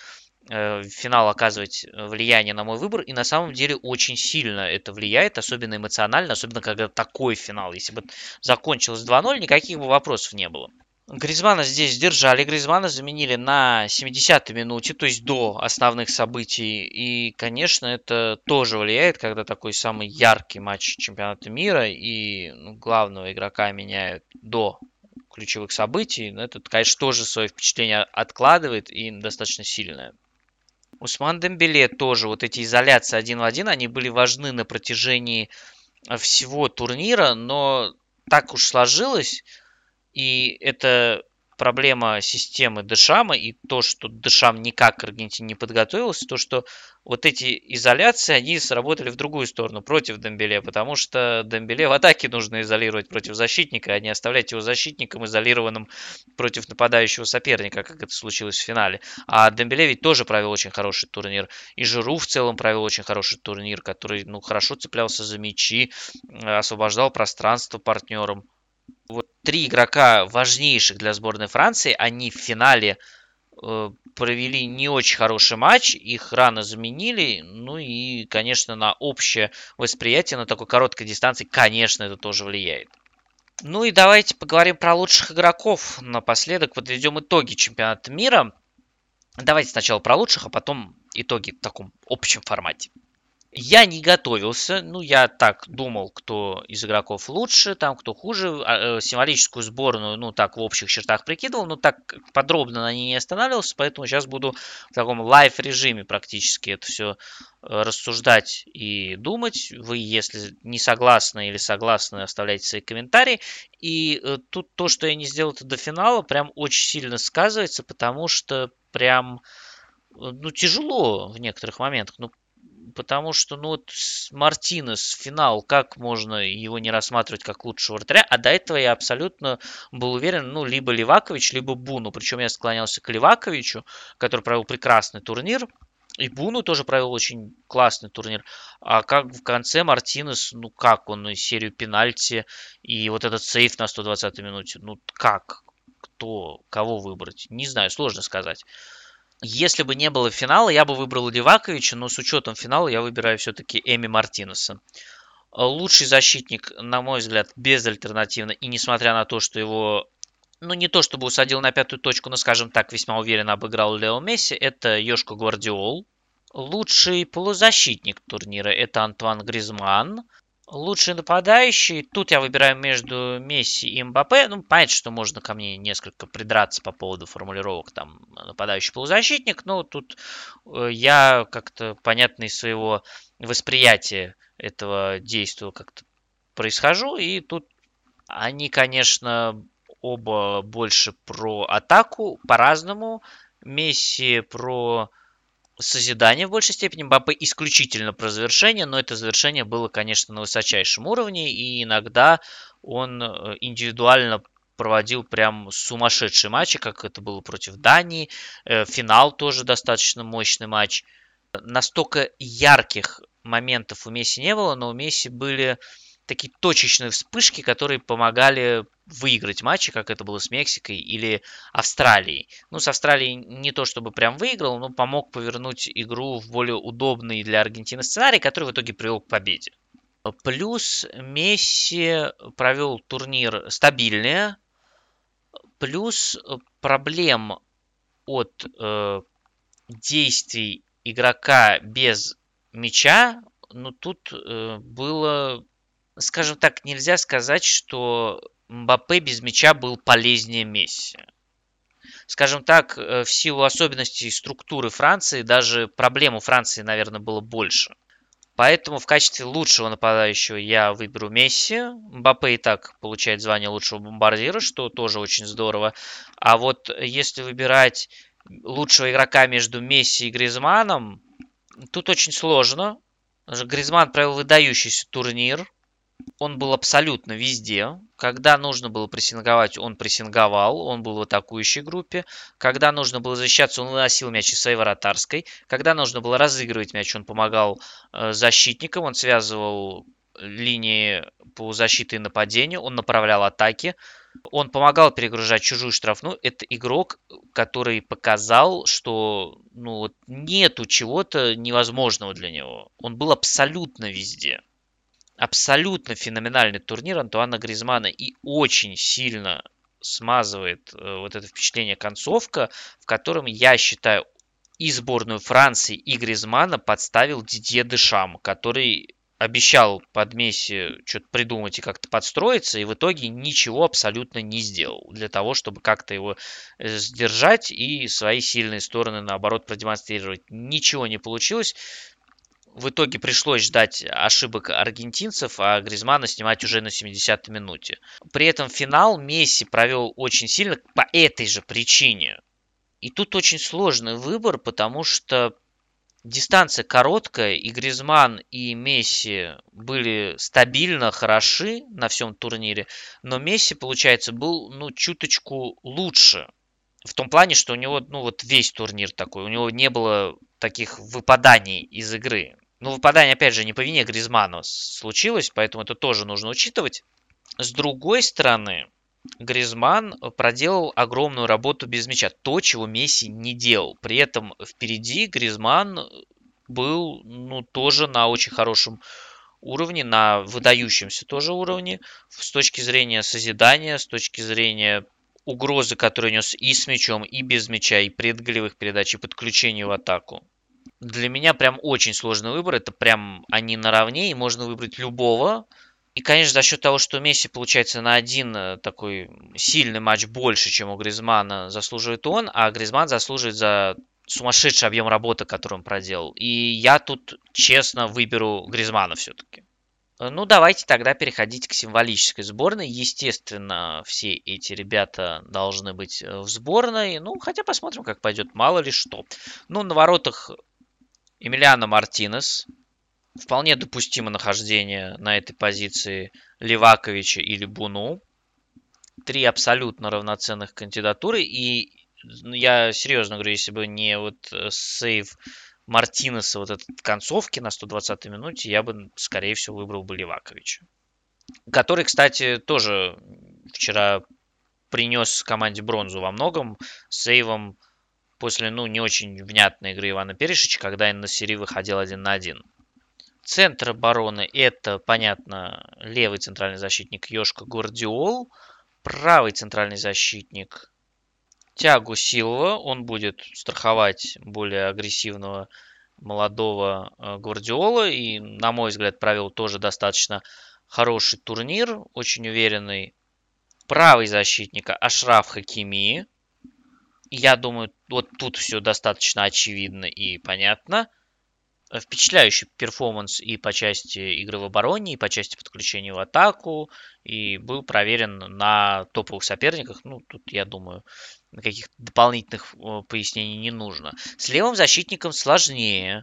финал оказывать влияние на мой выбор, и на самом деле очень сильно это влияет, особенно эмоционально, особенно когда такой финал. Если бы закончилось два ноль, никаких бы вопросов не было. Гризманна здесь сдержали, Гризманна заменили на семидесятой минуте, то есть до основных событий, и, конечно, это тоже влияет, когда такой самый яркий матч чемпионата мира, и ну, главного игрока меняют до ключевых событий, но это, конечно, тоже свое впечатление откладывает и достаточно сильное. Усман Дембеле тоже, вот эти изоляции один в один, они были важны на протяжении всего турнира, но так уж сложилось, и это проблема системы Дешама и то, что Дешам никак к Аргентине не подготовился, то, что вот эти изоляции, они сработали в другую сторону, против Дембеле, потому что Дембеле в атаке нужно изолировать против защитника, а не оставлять его защитником, изолированным против нападающего соперника, как это случилось в финале. А Дембеле ведь тоже провел очень хороший турнир. И Жиру в целом провел очень хороший турнир, который, ну, хорошо цеплялся за мячи, освобождал пространство партнерам. Вот три игрока важнейших для сборной Франции, они в финале э, провели не очень хороший матч, их рано заменили, ну и, конечно, на общее восприятие на такой короткой дистанции, конечно, это тоже влияет. Ну и давайте поговорим про лучших игроков. Напоследок подведем итоги чемпионата мира. Давайте сначала про лучших, а потом итоги в таком общем формате. Я не готовился, ну, я так думал, кто из игроков лучше, там, кто хуже. Символическую сборную, ну, так, в общих чертах прикидывал, но так подробно на ней не останавливался, поэтому сейчас буду в таком лайв-режиме практически это все рассуждать и думать. Вы, если не согласны или согласны, оставляйте свои комментарии. И тут то, что я не сделал это до финала, прям очень сильно сказывается, потому что прям, ну, тяжело в некоторых моментах. Ну, потому что, ну, вот Мартинес, финал, как можно его не рассматривать как лучшего вратаря? А до этого я абсолютно был уверен, ну, либо Ливакович, либо Буну. Причем я склонялся к Ливаковичу, который провел прекрасный турнир. И Буну тоже провел очень классный турнир. А как в конце Мартинес, ну как он, и серию пенальти, и вот этот сейф на сто двадцатой минуте. Ну как? Кто? Кого выбрать? Не знаю, сложно сказать. Если бы не было финала, я бы выбрал Ливаковича, но с учетом финала я выбираю все-таки Эми Мартинеса. Лучший защитник, на мой взгляд, безальтернативно. И несмотря на то, что его, ну не то чтобы усадил на пятую точку, но, скажем так, весьма уверенно обыграл Лео Месси, это Йошко Гвардиол. Лучший полузащитник турнира – это Антуан Гризманн. Лучший нападающий, тут я выбираю между Месси и Мбаппе. Ну, понятно, что можно ко мне несколько придраться по поводу формулировок, там, нападающий полузащитник, но тут я как-то, понятно, из своего восприятия этого действия как-то происхожу, и тут они, конечно, оба больше про атаку, по-разному. Месси про созидание в большей степени, Мбаппе исключительно про завершение, но это завершение было, конечно, на высочайшем уровне, и иногда он индивидуально проводил прям сумасшедшие матчи, как это было против Дании. Финал тоже достаточно мощный матч. Настолько ярких моментов у Месси не было, но у Месси были такие точечные вспышки, которые помогали выиграть матчи, как это было с Мексикой или Австралией. Ну, с Австралией не то чтобы прям выиграл, но помог повернуть игру в более удобный для Аргентины сценарий, который в итоге привел к победе. Плюс Месси провел турнир стабильнее, плюс проблем от э, действий игрока без мяча, ну, тут э, было, скажем так, нельзя сказать, что Мбаппе без мяча был полезнее Месси. Скажем так, в силу особенностей структуры Франции, даже проблем у Франции, наверное, было больше. Поэтому в качестве лучшего нападающего я выберу Месси. Мбаппе и так получает звание лучшего бомбардира, что тоже очень здорово. А вот если выбирать лучшего игрока между Месси и Гризманном, тут очень сложно. Гризманн провел выдающийся турнир. Он был абсолютно везде. Когда нужно было прессинговать, он прессинговал. Он был в атакующей группе. Когда нужно было защищаться, он выносил мяч из своей вратарской. Когда нужно было разыгрывать мяч, он помогал э, защитникам. Он связывал линии по защите и нападению. Он направлял атаки. Он помогал перегружать чужую штрафную. Это игрок, который показал, что ну, вот нету чего-то невозможного для него. Он был абсолютно везде. Абсолютно феноменальный турнир Антуана Гризманна и очень сильно смазывает э, вот это впечатление концовка, в котором, я считаю, и сборную Франции, и Гризманна подставил Дидье Дешам, который обещал под Месси что-то придумать и как-то подстроиться, и в итоге ничего абсолютно не сделал для того, чтобы как-то его сдержать и свои сильные стороны, наоборот, продемонстрировать. Ничего не получилось. в итоге пришлось ждать ошибок аргентинцев, а Гризманна снимать уже на семидесятой минуте. При этом финал Месси провел очень сильно по этой же причине. И тут очень сложный выбор, потому что дистанция короткая, и Гризманн, и Месси были стабильно хороши на всем турнире, но Месси, получается, был, ну, чуточку лучше. В том плане, что у него, ну, вот весь турнир такой, у него не было таких выпаданий из игры. Ну, выпадание, опять же, не по вине Гризманна случилось, поэтому это тоже нужно учитывать. С другой стороны, Гризманн проделал огромную работу без мяча. То, чего Месси не делал. При этом впереди Гризманн был, ну, тоже на очень хорошем уровне, на выдающемся тоже уровне. С точки зрения созидания, с точки зрения угрозы, которую нес и с мячом, и без мяча, и предголевых передач, и подключения в атаку. Для меня прям очень сложный выбор. Это прям они наравне, и можно выбрать любого. И, конечно, за счет того, что Месси, получается, на один такой сильный матч больше, чем у Гризманна, заслуживает он, а Гризманн заслуживает за сумасшедший объем работы, который он проделал. И я тут, честно, выберу Гризманна все-таки. Ну, давайте тогда переходить к символической сборной. Естественно, все эти ребята должны быть в сборной. Ну, хотя посмотрим, как пойдет, мало ли что. Ну, на воротах Эмилиано Мартинес. Вполне допустимо нахождение на этой позиции Леваковича или Буну. Три абсолютно равноценных кандидатуры. И я серьезно говорю, если бы не вот сейв Мартинеса вот этот в концовке на сто двадцатой минуте, я бы, скорее всего, выбрал бы Леваковича. Который, кстати, тоже вчера принес команде бронзу во многом сейвом после, ну, не очень внятной игры Ивана Перишича, когда Эн-Нессери выходил один на один. Центр обороны — это, понятно, левый центральный защитник Йошка Гвардиол, правый центральный защитник Тиаго Силва, он будет страховать более агрессивного молодого Гвардиола и, на мой взгляд, провел тоже достаточно хороший турнир, очень уверенный. Правый защитник Ашраф Хакими. Я думаю, вот тут все достаточно очевидно и понятно. Впечатляющий перформанс и по части игры в обороне, и по части подключения в атаку, и был проверен на топовых соперниках. Ну, тут, я думаю, каких-то дополнительных пояснений не нужно. С левым защитником сложнее.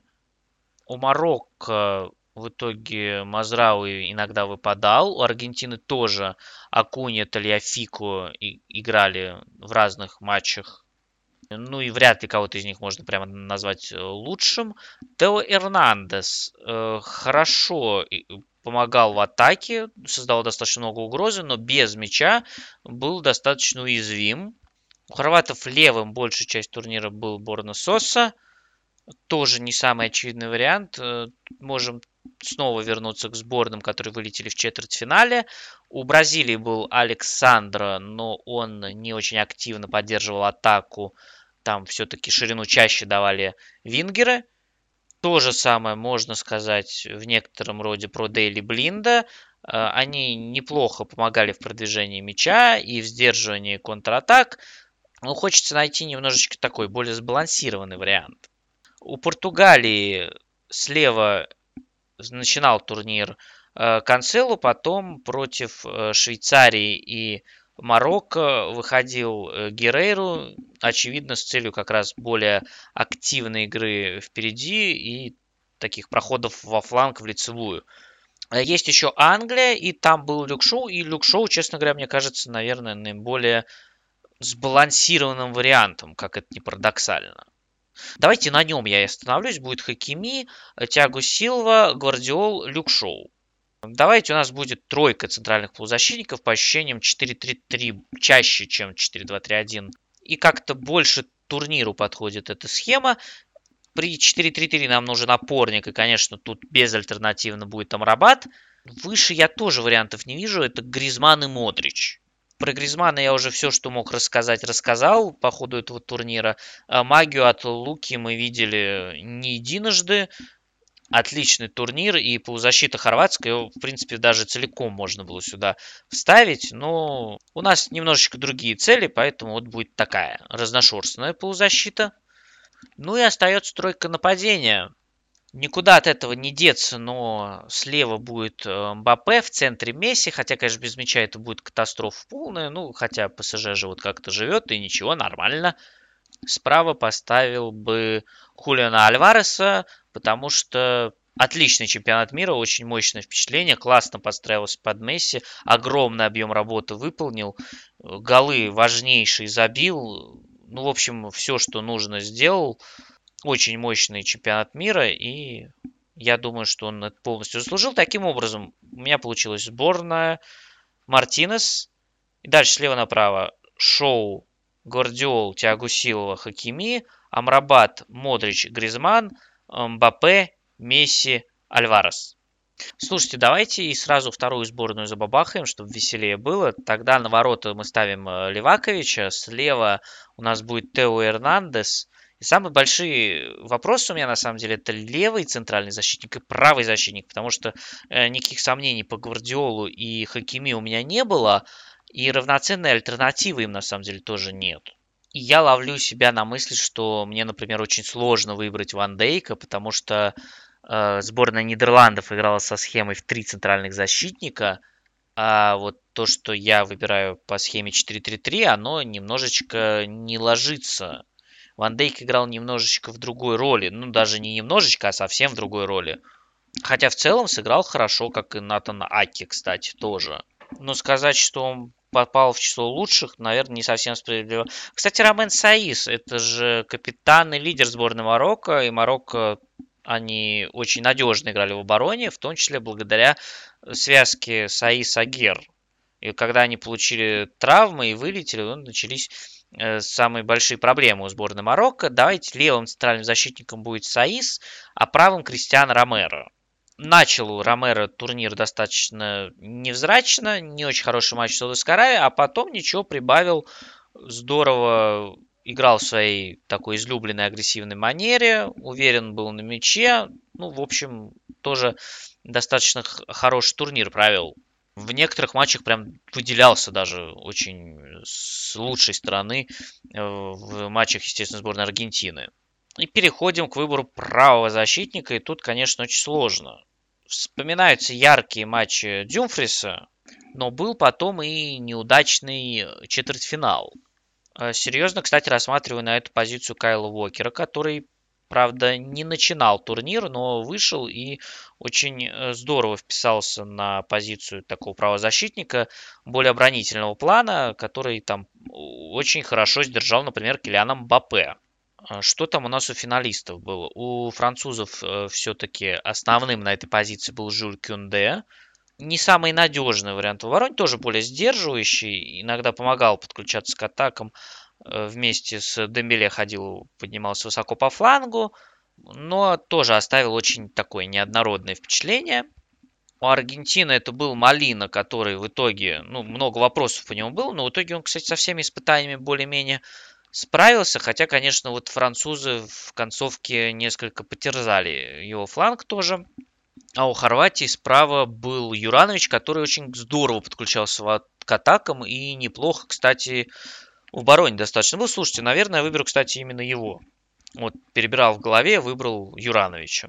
У Марокко в итоге Мазрауи иногда выпадал. У Аргентины тоже Акунья, Тальяфико играли в разных матчах. Ну и вряд ли кого-то из них можно прямо назвать лучшим. Тео Эрнандес э, хорошо помогал в атаке, создал достаточно много угрозы, но без мяча был достаточно уязвим. У хорватов левым большая часть турнира был Борна Соса. Тоже не самый очевидный вариант. Можем снова вернуться к сборным, которые вылетели в четвертьфинале. У Бразилии был Александро, но он не очень активно поддерживал атаку. Там все-таки ширину чаще давали вингеры. То же самое можно сказать в некотором роде про Дейли Блинда. Они неплохо помогали в продвижении мяча и в сдерживании контратак. Но хочется найти немножечко такой более сбалансированный вариант. У Португалии слева начинал турнир Канцелу, потом против Швейцарии и Марокко выходил Геррейру, очевидно, с целью как раз более активной игры впереди и таких проходов во фланг в лицевую. Есть еще Англия, и там был Люк Шоу, и Люк Шоу, честно говоря, мне кажется, наверное, наиболее сбалансированным вариантом, как это ни парадоксально. Давайте на нем я и остановлюсь. Будет Хакими, Тиаго Силва, Гвардиол, Люк Шоу. Давайте у нас будет тройка центральных полузащитников по ощущениям четыре три три чаще, чем четыре два три один. И как-то больше турниру подходит эта схема. При четыре три три нам нужен опорник, и, конечно, тут безальтернативно будет Амрабат. Выше я тоже вариантов не вижу. Это Гризманн и Модрич. Про Гризманна я уже все, что мог рассказать, рассказал по ходу этого турнира. Магию от Луки мы видели не единожды. Отличный турнир, и полузащита хорватская, его, в принципе, даже целиком можно было сюда вставить. Но у нас немножечко другие цели, поэтому вот будет такая разношерстная полузащита. Ну и остается тройка нападения. Никуда от этого не деться, но слева будет э, Мбаппе, в центре Месси, хотя, конечно, без мяча это будет катастрофа полная, ну, хотя ПСЖ же вот как-то живет, и ничего, нормально. Справа поставил бы Хулиана Альвареса, потому что отличный чемпионат мира, очень мощное впечатление, классно подстраивался под Месси, огромный объем работы выполнил, голы важнейшие забил, ну, в общем, все, что нужно, сделал. Очень мощный чемпионат мира, и я думаю, что он это полностью заслужил. Таким образом, у меня получилась сборная Мартинес, и дальше слева направо Шоу, Гвардиол, Тиаго Силва, Хакими, Амрабат, Модрич, Гризман, Мбаппе, Месси, Альварес. Слушайте, давайте и сразу вторую сборную забабахаем, чтобы веселее было. Тогда на ворота мы ставим э, Леваковича, слева у нас будет Тео Эрнандес. И самые большие вопросы у меня на самом деле это левый центральный защитник и правый защитник, потому что э, никаких сомнений по Гвардиолу и Хакими у меня не было, и равноценной альтернативы им на самом деле тоже нет. И я ловлю себя на мысли, что мне, например, очень сложно выбрать Ван Дейка, потому что э, сборная Нидерландов играла со схемой в три центральных защитника, а вот то, что я выбираю по схеме четыре три три, оно немножечко не ложится. Ван Дейк играл немножечко в другой роли, ну даже не немножечко, а совсем в другой роли. Хотя в целом сыграл хорошо, как и Натан Аки, кстати, тоже. Но сказать, что он попал в число лучших, наверное, не совсем справедливо. Кстати, Ромен Саис, это же капитан и лидер сборной Марокко, и Марокко, они очень надежно играли в обороне, в том числе благодаря связке Саис-Агер. И когда они получили травмы и вылетели, ну, начались э, самые большие проблемы у сборной Марокко. Давайте левым центральным защитником будет Саис, а правым Кристиан Ромеро. Начал у Ромеро турнир достаточно невзрачно, не очень хороший матч с Саудовской Аравией, а потом ничего прибавил, здорово играл в своей такой излюбленной агрессивной манере, уверен был на мяче, ну, в общем, тоже достаточно хороший турнир провел. В некоторых матчах прям выделялся даже очень с лучшей стороны в матчах, естественно, сборной Аргентины. И переходим к выбору правого защитника, и тут, конечно, очень сложно. Вспоминаются яркие матчи Дюмфриса, но был потом и неудачный четвертьфинал. Серьезно, кстати, рассматриваю на эту позицию Кайла Уокера, который, правда, не начинал турнир, но вышел и очень здорово вписался на позицию такого правозащитника более оборонительного плана, который там очень хорошо сдержал, например, Килиана Мбаппе. Что там у нас у финалистов было? У французов э, все-таки основным на этой позиции был Жюль Кюнде. Не самый надежный вариант в обороне, тоже более сдерживающий. Иногда помогал подключаться к атакам. Э, вместе с Дембеле ходил, поднимался высоко по флангу. Но тоже оставил очень такое неоднородное впечатление. У Аргентины это был Молина, который в итоге, ну, много вопросов по нему было, но в итоге он, кстати, со всеми испытаниями более-менее справился, хотя, конечно, вот французы в концовке несколько потерзали его фланг тоже. А у Хорватии справа был Юранович, который очень здорово подключался к атакам и неплохо, кстати, в обороне достаточно был. Слушайте, наверное, я выберу, кстати, именно его. Вот, перебирал в голове, выбрал Юрановича.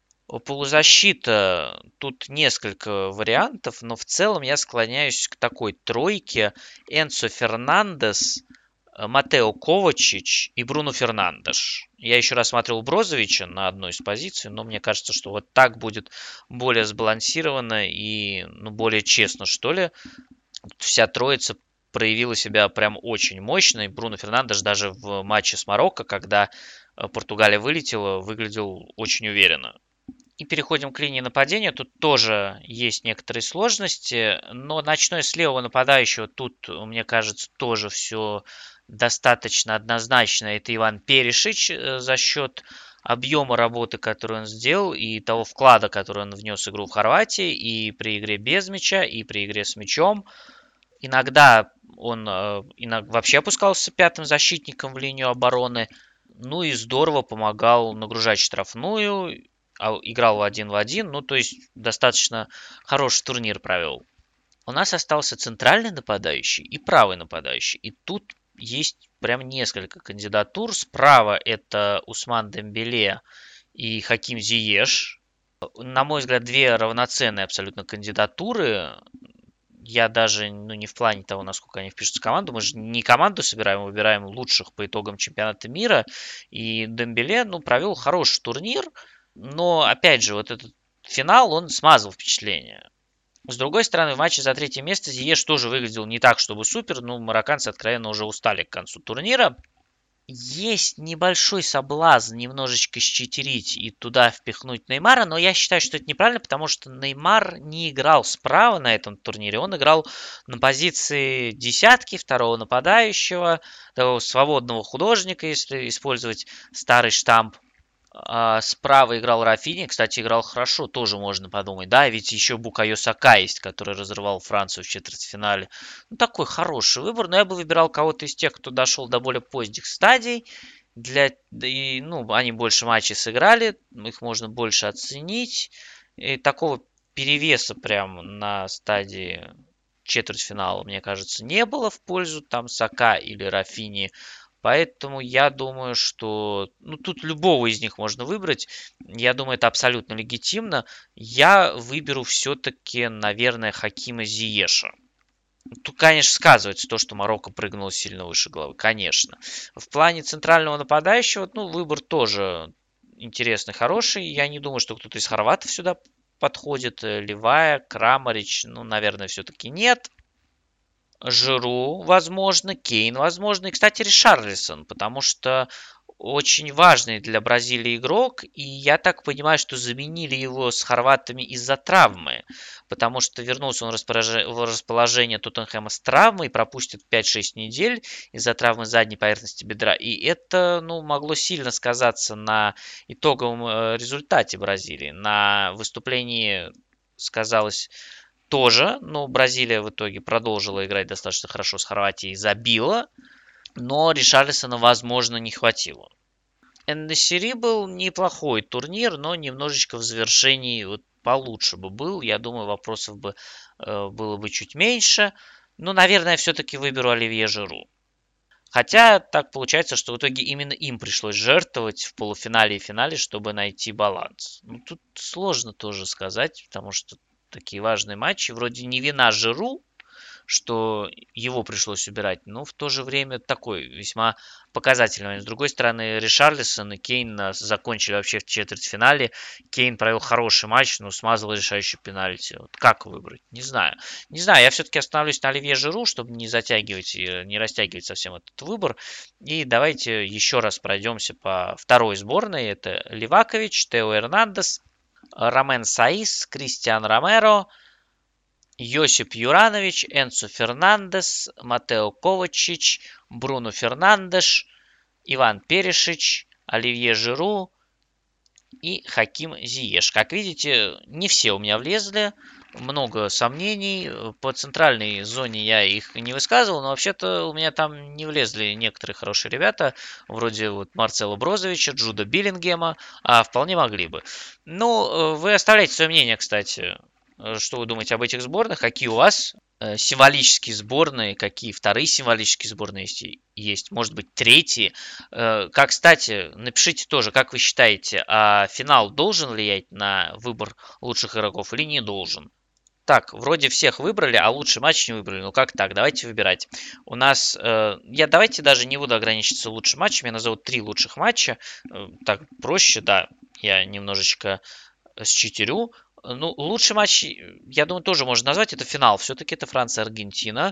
Полузащита, тут несколько вариантов, но в целом я склоняюсь к такой тройке. Энцо Фернандес, Матео Ковачич и Бруно Фернандеш. Я еще рассматривал Брозовича на одной из позиций, но мне кажется, что вот так будет более сбалансированно и ну, более честно, что ли. Вся троица проявила себя прям очень мощно. И Бруно Фернандеш даже в матче с Марокко, когда Португалия вылетела, выглядел очень уверенно. И переходим к линии нападения. Тут тоже есть некоторые сложности, но начиная с левого нападающего, тут, мне кажется, тоже все достаточно однозначно. Это Иван Перишич за счет объема работы, который он сделал, и того вклада, который он внес в игру в Хорватии, и при игре без мяча, и при игре с мячом. Иногда он иногда вообще опускался пятым защитником в линию обороны, ну и здорово помогал нагружать штрафную, играл один в один, ну то есть достаточно хороший турнир провел. У нас остался центральный нападающий и правый нападающий, и тут есть прям несколько кандидатур. Справа это Усман Дембеле и Хаким Зиеш. На мой взгляд, две равноценные абсолютно кандидатуры. Я даже, ну, не в плане того, насколько они впишутся в команду. Мы же не команду собираем, мы выбираем лучших по итогам чемпионата мира. И Дембеле, ну, провел хороший турнир. Но, опять же, вот этот финал, он смазал впечатление. С другой стороны, в матче за третье место Зиеш тоже выглядел не так, чтобы супер. Ну, марокканцы откровенно уже устали к концу турнира. Есть небольшой соблазн немножечко считерить и туда впихнуть Неймара, но я считаю, что это неправильно, потому что Неймар не играл справа на этом турнире. Он играл на позиции десятки, второго нападающего, такого свободного художника, если использовать старый штамп. А, справа играл Рафини, кстати, играл хорошо, тоже можно подумать. Да, ведь еще Букайо Сака есть, который разрывал Францию в четвертьфинале. Ну, такой хороший выбор, но я бы выбирал кого-то из тех, кто дошел до более поздних стадий. Для, да и, ну, они больше матчей сыграли, их можно больше оценить. И такого перевеса прям на стадии четвертьфинала, мне кажется, не было в пользу там Сака или Рафини. Поэтому я думаю, что ну, тут любого из них можно выбрать. Я думаю, это абсолютно легитимно. Я выберу все-таки, наверное, Хакима Зиеша. Тут, конечно, сказывается то, что Марокко прыгнуло сильно выше головы. Конечно. В плане центрального нападающего, ну, выбор тоже интересный, хороший. Я не думаю, что кто-то из хорватов сюда подходит. Левая, Крамарич, ну, наверное, все-таки нет. Жиру, возможно, Кейн, возможно, и, кстати, Ришарлисон, потому что очень важный для Бразилии игрок, и я так понимаю, что заменили его с хорватами из-за травмы, потому что вернулся он в расположение Тоттенхэма с травмой, пропустит пять-шесть недель из-за травмы задней поверхности бедра, и это, ну, могло сильно сказаться на итоговом результате Бразилии. На выступлении сказалось тоже, но Бразилия в итоге продолжила играть достаточно хорошо с Хорватией, забила, но Ришарлисона, возможно, не хватило. Эн-Нессери был неплохой турнир, но немножечко в завершении вот получше бы был. Я думаю, вопросов бы э, было бы чуть меньше. Но, наверное, все-таки выберу Оливье Жиру. Хотя так получается, что в итоге именно им пришлось жертвовать в полуфинале и финале, чтобы найти баланс. Ну, тут сложно тоже сказать, потому что такие важные матчи. Вроде не вина Жиру, что его пришлось убирать, но в то же время такой весьма показательный. С другой стороны, Ришарлисон и Кейн закончили вообще в четвертьфинале. Кейн провел хороший матч, но смазал решающий пенальти. Вот как выбрать? Не знаю. Не знаю, я все-таки остановлюсь на Оливье Жиру, чтобы не затягивать и не растягивать совсем этот выбор. И давайте еще раз пройдемся по второй сборной. Это Ливакович, Тео Эрнандес, Ромен Саис, Кристиан Ромеро, Йосип Юранович, Энцо Фернандес, Матео Ковачич, Бруно Фернандеш, Иван Перешич, Оливье Жиру и Хаким Зиеш. Как видите, не все у меня влезли, много сомнений. По центральной зоне я их не высказывал, но вообще-то у меня там не влезли некоторые хорошие ребята, вроде вот Марцела Брозовича, Джуда Биллингема, а вполне могли бы. Ну, вы оставляйте свое мнение, кстати. Что вы думаете об этих сборных? Какие у вас символические сборные? Какие вторые символические сборные есть? Может быть, третьи? Как, кстати, напишите тоже, как вы считаете, а финал должен влиять на выбор лучших игроков или не должен? Так, вроде всех выбрали, а лучший матч не выбрали. Ну как так? Давайте выбирать. У нас, э, я давайте даже не буду ограничиться лучшим матчем. Я назову три лучших матча. Э, так проще, да. Я немножечко считерю. Ну, лучший матч, я думаю, тоже можно назвать. Это финал. Все-таки это Франция-Аргентина.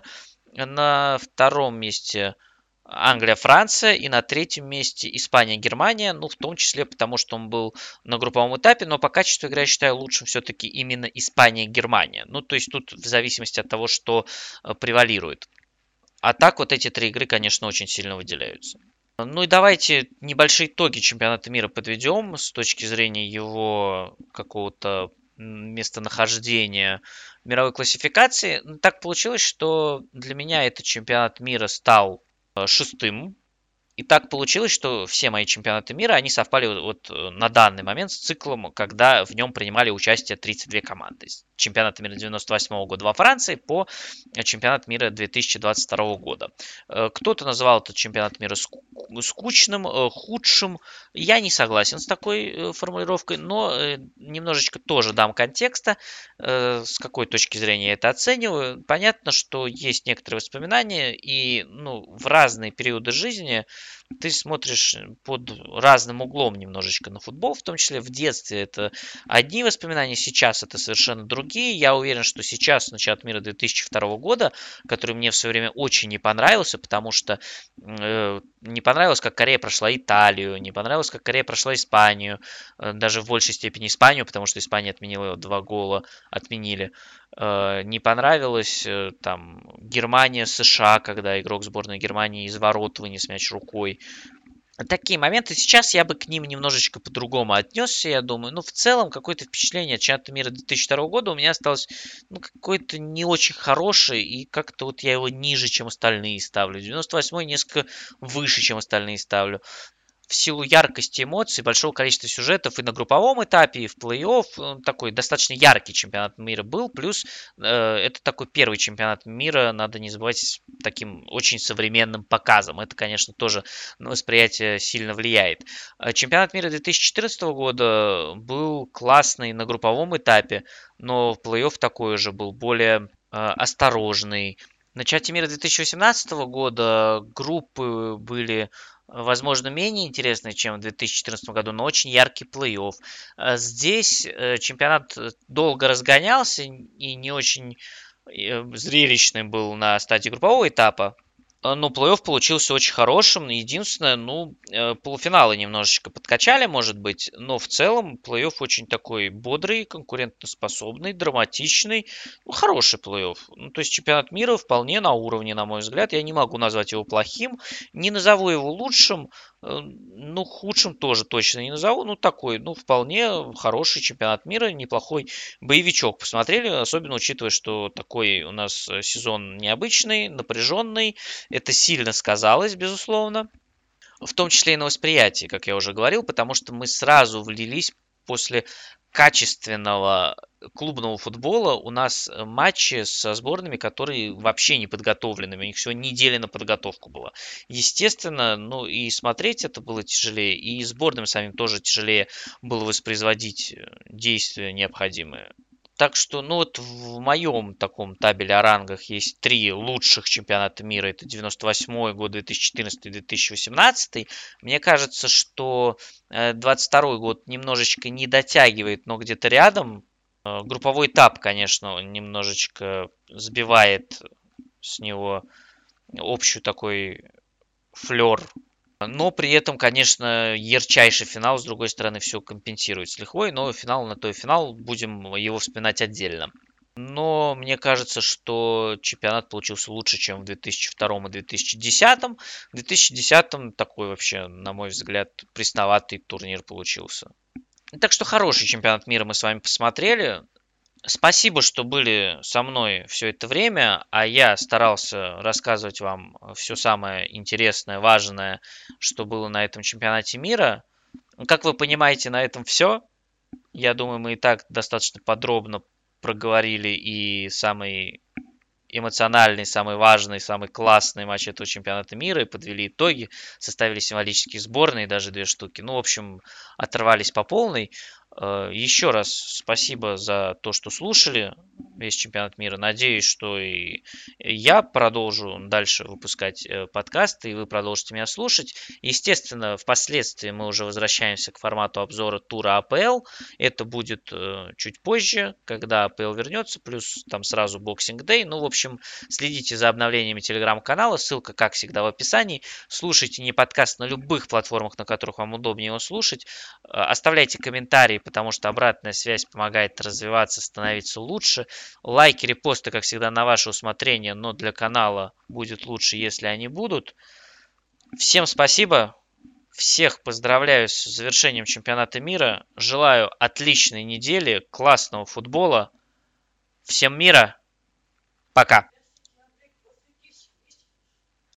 На втором месте Англия-Франция. И на третьем месте Испания-Германия. Ну, в том числе потому, что он был на групповом этапе. Но по качеству игры я считаю лучшим все-таки именно Испания-Германия. Ну, то есть тут в зависимости от того, что превалирует. А так вот эти три игры, конечно, очень сильно выделяются. Ну и давайте небольшие итоги чемпионата мира подведем с точки зрения его какого-то местонахождения в мировой классификации. Так получилось, что для меня этот чемпионат мира стал шестым И так получилось, что все мои чемпионаты мира, они совпали вот вот на данный момент с циклом, когда в нем принимали участие тридцать две команды. С чемпионата мира девяносто восьмого года во Франции по чемпионат мира две тысячи двадцать второго года. Э, Кто-то называл этот чемпионат мира ску- скучным, э, худшим. Я не согласен с такой э, формулировкой, но э, немножечко тоже дам контекста, э, с какой точки зрения я это оцениваю. Понятно, что есть некоторые воспоминания, и ну, в разные периоды жизни ты смотришь под разным углом немножечко на футбол, в том числе в детстве это одни воспоминания, сейчас это совершенно другие. Я уверен, что сейчас чемпионат мира две тысячи второго года, который мне в свое время очень не понравился, потому что э, не понравилось, как Корея прошла Италию, не понравилось, как Корея прошла Испанию, э, даже в большей степени Испанию, потому что Испания отменила два гола, отменили. Э, не понравилось э, там Германия, США, когда игрок сборной Германии из ворот вынес мяч рукой. Такие моменты. Сейчас я бы к ним немножечко по-другому отнесся, я думаю. Ну, в целом, какое-то впечатление от чемпионата мира две тысячи второго года у меня осталось, ну, какое-то не очень хорошее, и как-то вот я его ниже, чем остальные ставлю. девяносто восьмой несколько выше, чем остальные ставлю. В силу яркости эмоций, большого количества сюжетов и на групповом этапе, и в плей-офф, он такой достаточно яркий чемпионат мира был. Плюс э, это такой первый чемпионат мира, надо не забывать, с таким очень современным показом. Это, конечно, тоже на восприятие сильно влияет. Э, Чемпионат мира две тысячи четырнадцатого года был классный на групповом этапе, но в плей-офф такой же был более э, осторожный. На чемпионате мира две тысячи восемнадцатого года группы были возможно, менее интересные, чем в две тысячи четырнадцатом году, но очень яркий плей-офф. Э, Здесь э, чемпионат э, долго разгонялся и не очень э, зрелищный был на стадии группового этапа. Э, Но плей-офф получился очень хорошим. Единственное, ну, э, полуфиналы немножечко подкачали, может быть, но в целом плей-офф очень такой бодрый, конкурентоспособный, драматичный. Ну, хороший плей-офф. Ну, то есть чемпионат мира вполне на уровне, на мой взгляд. Я не могу назвать его плохим, не назову его лучшим, э, ну, худшим тоже точно не назову. Ну, такой, ну, вполне хороший чемпионат мира, неплохой боевичок. Посмотрели, особенно учитывая, что такой у нас э, сезон необычный, напряженный. Это сильно сказалось, безусловно, в том числе и на восприятии, как я уже говорил, потому что мы сразу влились после качественного клубного футбола. У нас э, матчи со сборными, которые вообще не подготовленными. У них всего неделя на подготовку была. Естественно, ну и смотреть это было тяжелее, и сборным самим тоже тяжелее было воспроизводить э, действия необходимые. Так что, ну вот в моем таком табеле о рангах есть три лучших чемпионата мира. Это девяносто восьмой год, две тысячи четырнадцатый, две тысячи восемнадцатый. Мне кажется, что э, двадцать второй год немножечко не дотягивает, но где-то рядом. Э, Групповой этап, конечно, немножечко сбивает с него общий такой флер. Но при этом, конечно, ярчайший финал, с другой стороны, все компенсирует с лихвой, но финал на то и финал, будем его вспоминать отдельно. Но мне кажется, что чемпионат получился лучше, чем в две тысячи втором и две тысячи десятом. В две тысячи десятом такой вообще, на мой взгляд, пресноватый турнир получился. Так что хороший чемпионат мира мы с вами посмотрели. Спасибо, что были со мной все это время, а я старался рассказывать вам все самое интересное, важное, что было на этом чемпионате мира. Как вы понимаете, на этом все. Я думаю, мы и так достаточно подробно проговорили и самый эмоциональный, самый важный, самый классный матч этого чемпионата мира и подвели итоги, составили символические сборные, даже две штуки. Ну, в общем, оторвались по полной. Э, Еще раз спасибо за то, что слушали весь чемпионат мира. Надеюсь, что и я продолжу дальше выпускать э, подкасты, и вы продолжите меня слушать. Естественно, впоследствии мы уже возвращаемся к формату обзора тура АПЛ. Это будет э, чуть позже, когда АПЛ вернется, плюс там сразу Boxing Day. Ну, в общем, следите за обновлениями телеграм-канала. Ссылка, как всегда, в описании. Слушайте не подкаст на любых платформах, на которых вам удобнее его слушать. Э, Оставляйте комментарии, потому что обратная связь помогает развиваться, становиться лучше. Лайки, репосты, как всегда, на ваше усмотрение, но для канала будет лучше, если они будут. Всем спасибо. Всех поздравляю с завершением чемпионата мира. Желаю отличной недели, классного футбола. Всем мира. Пока.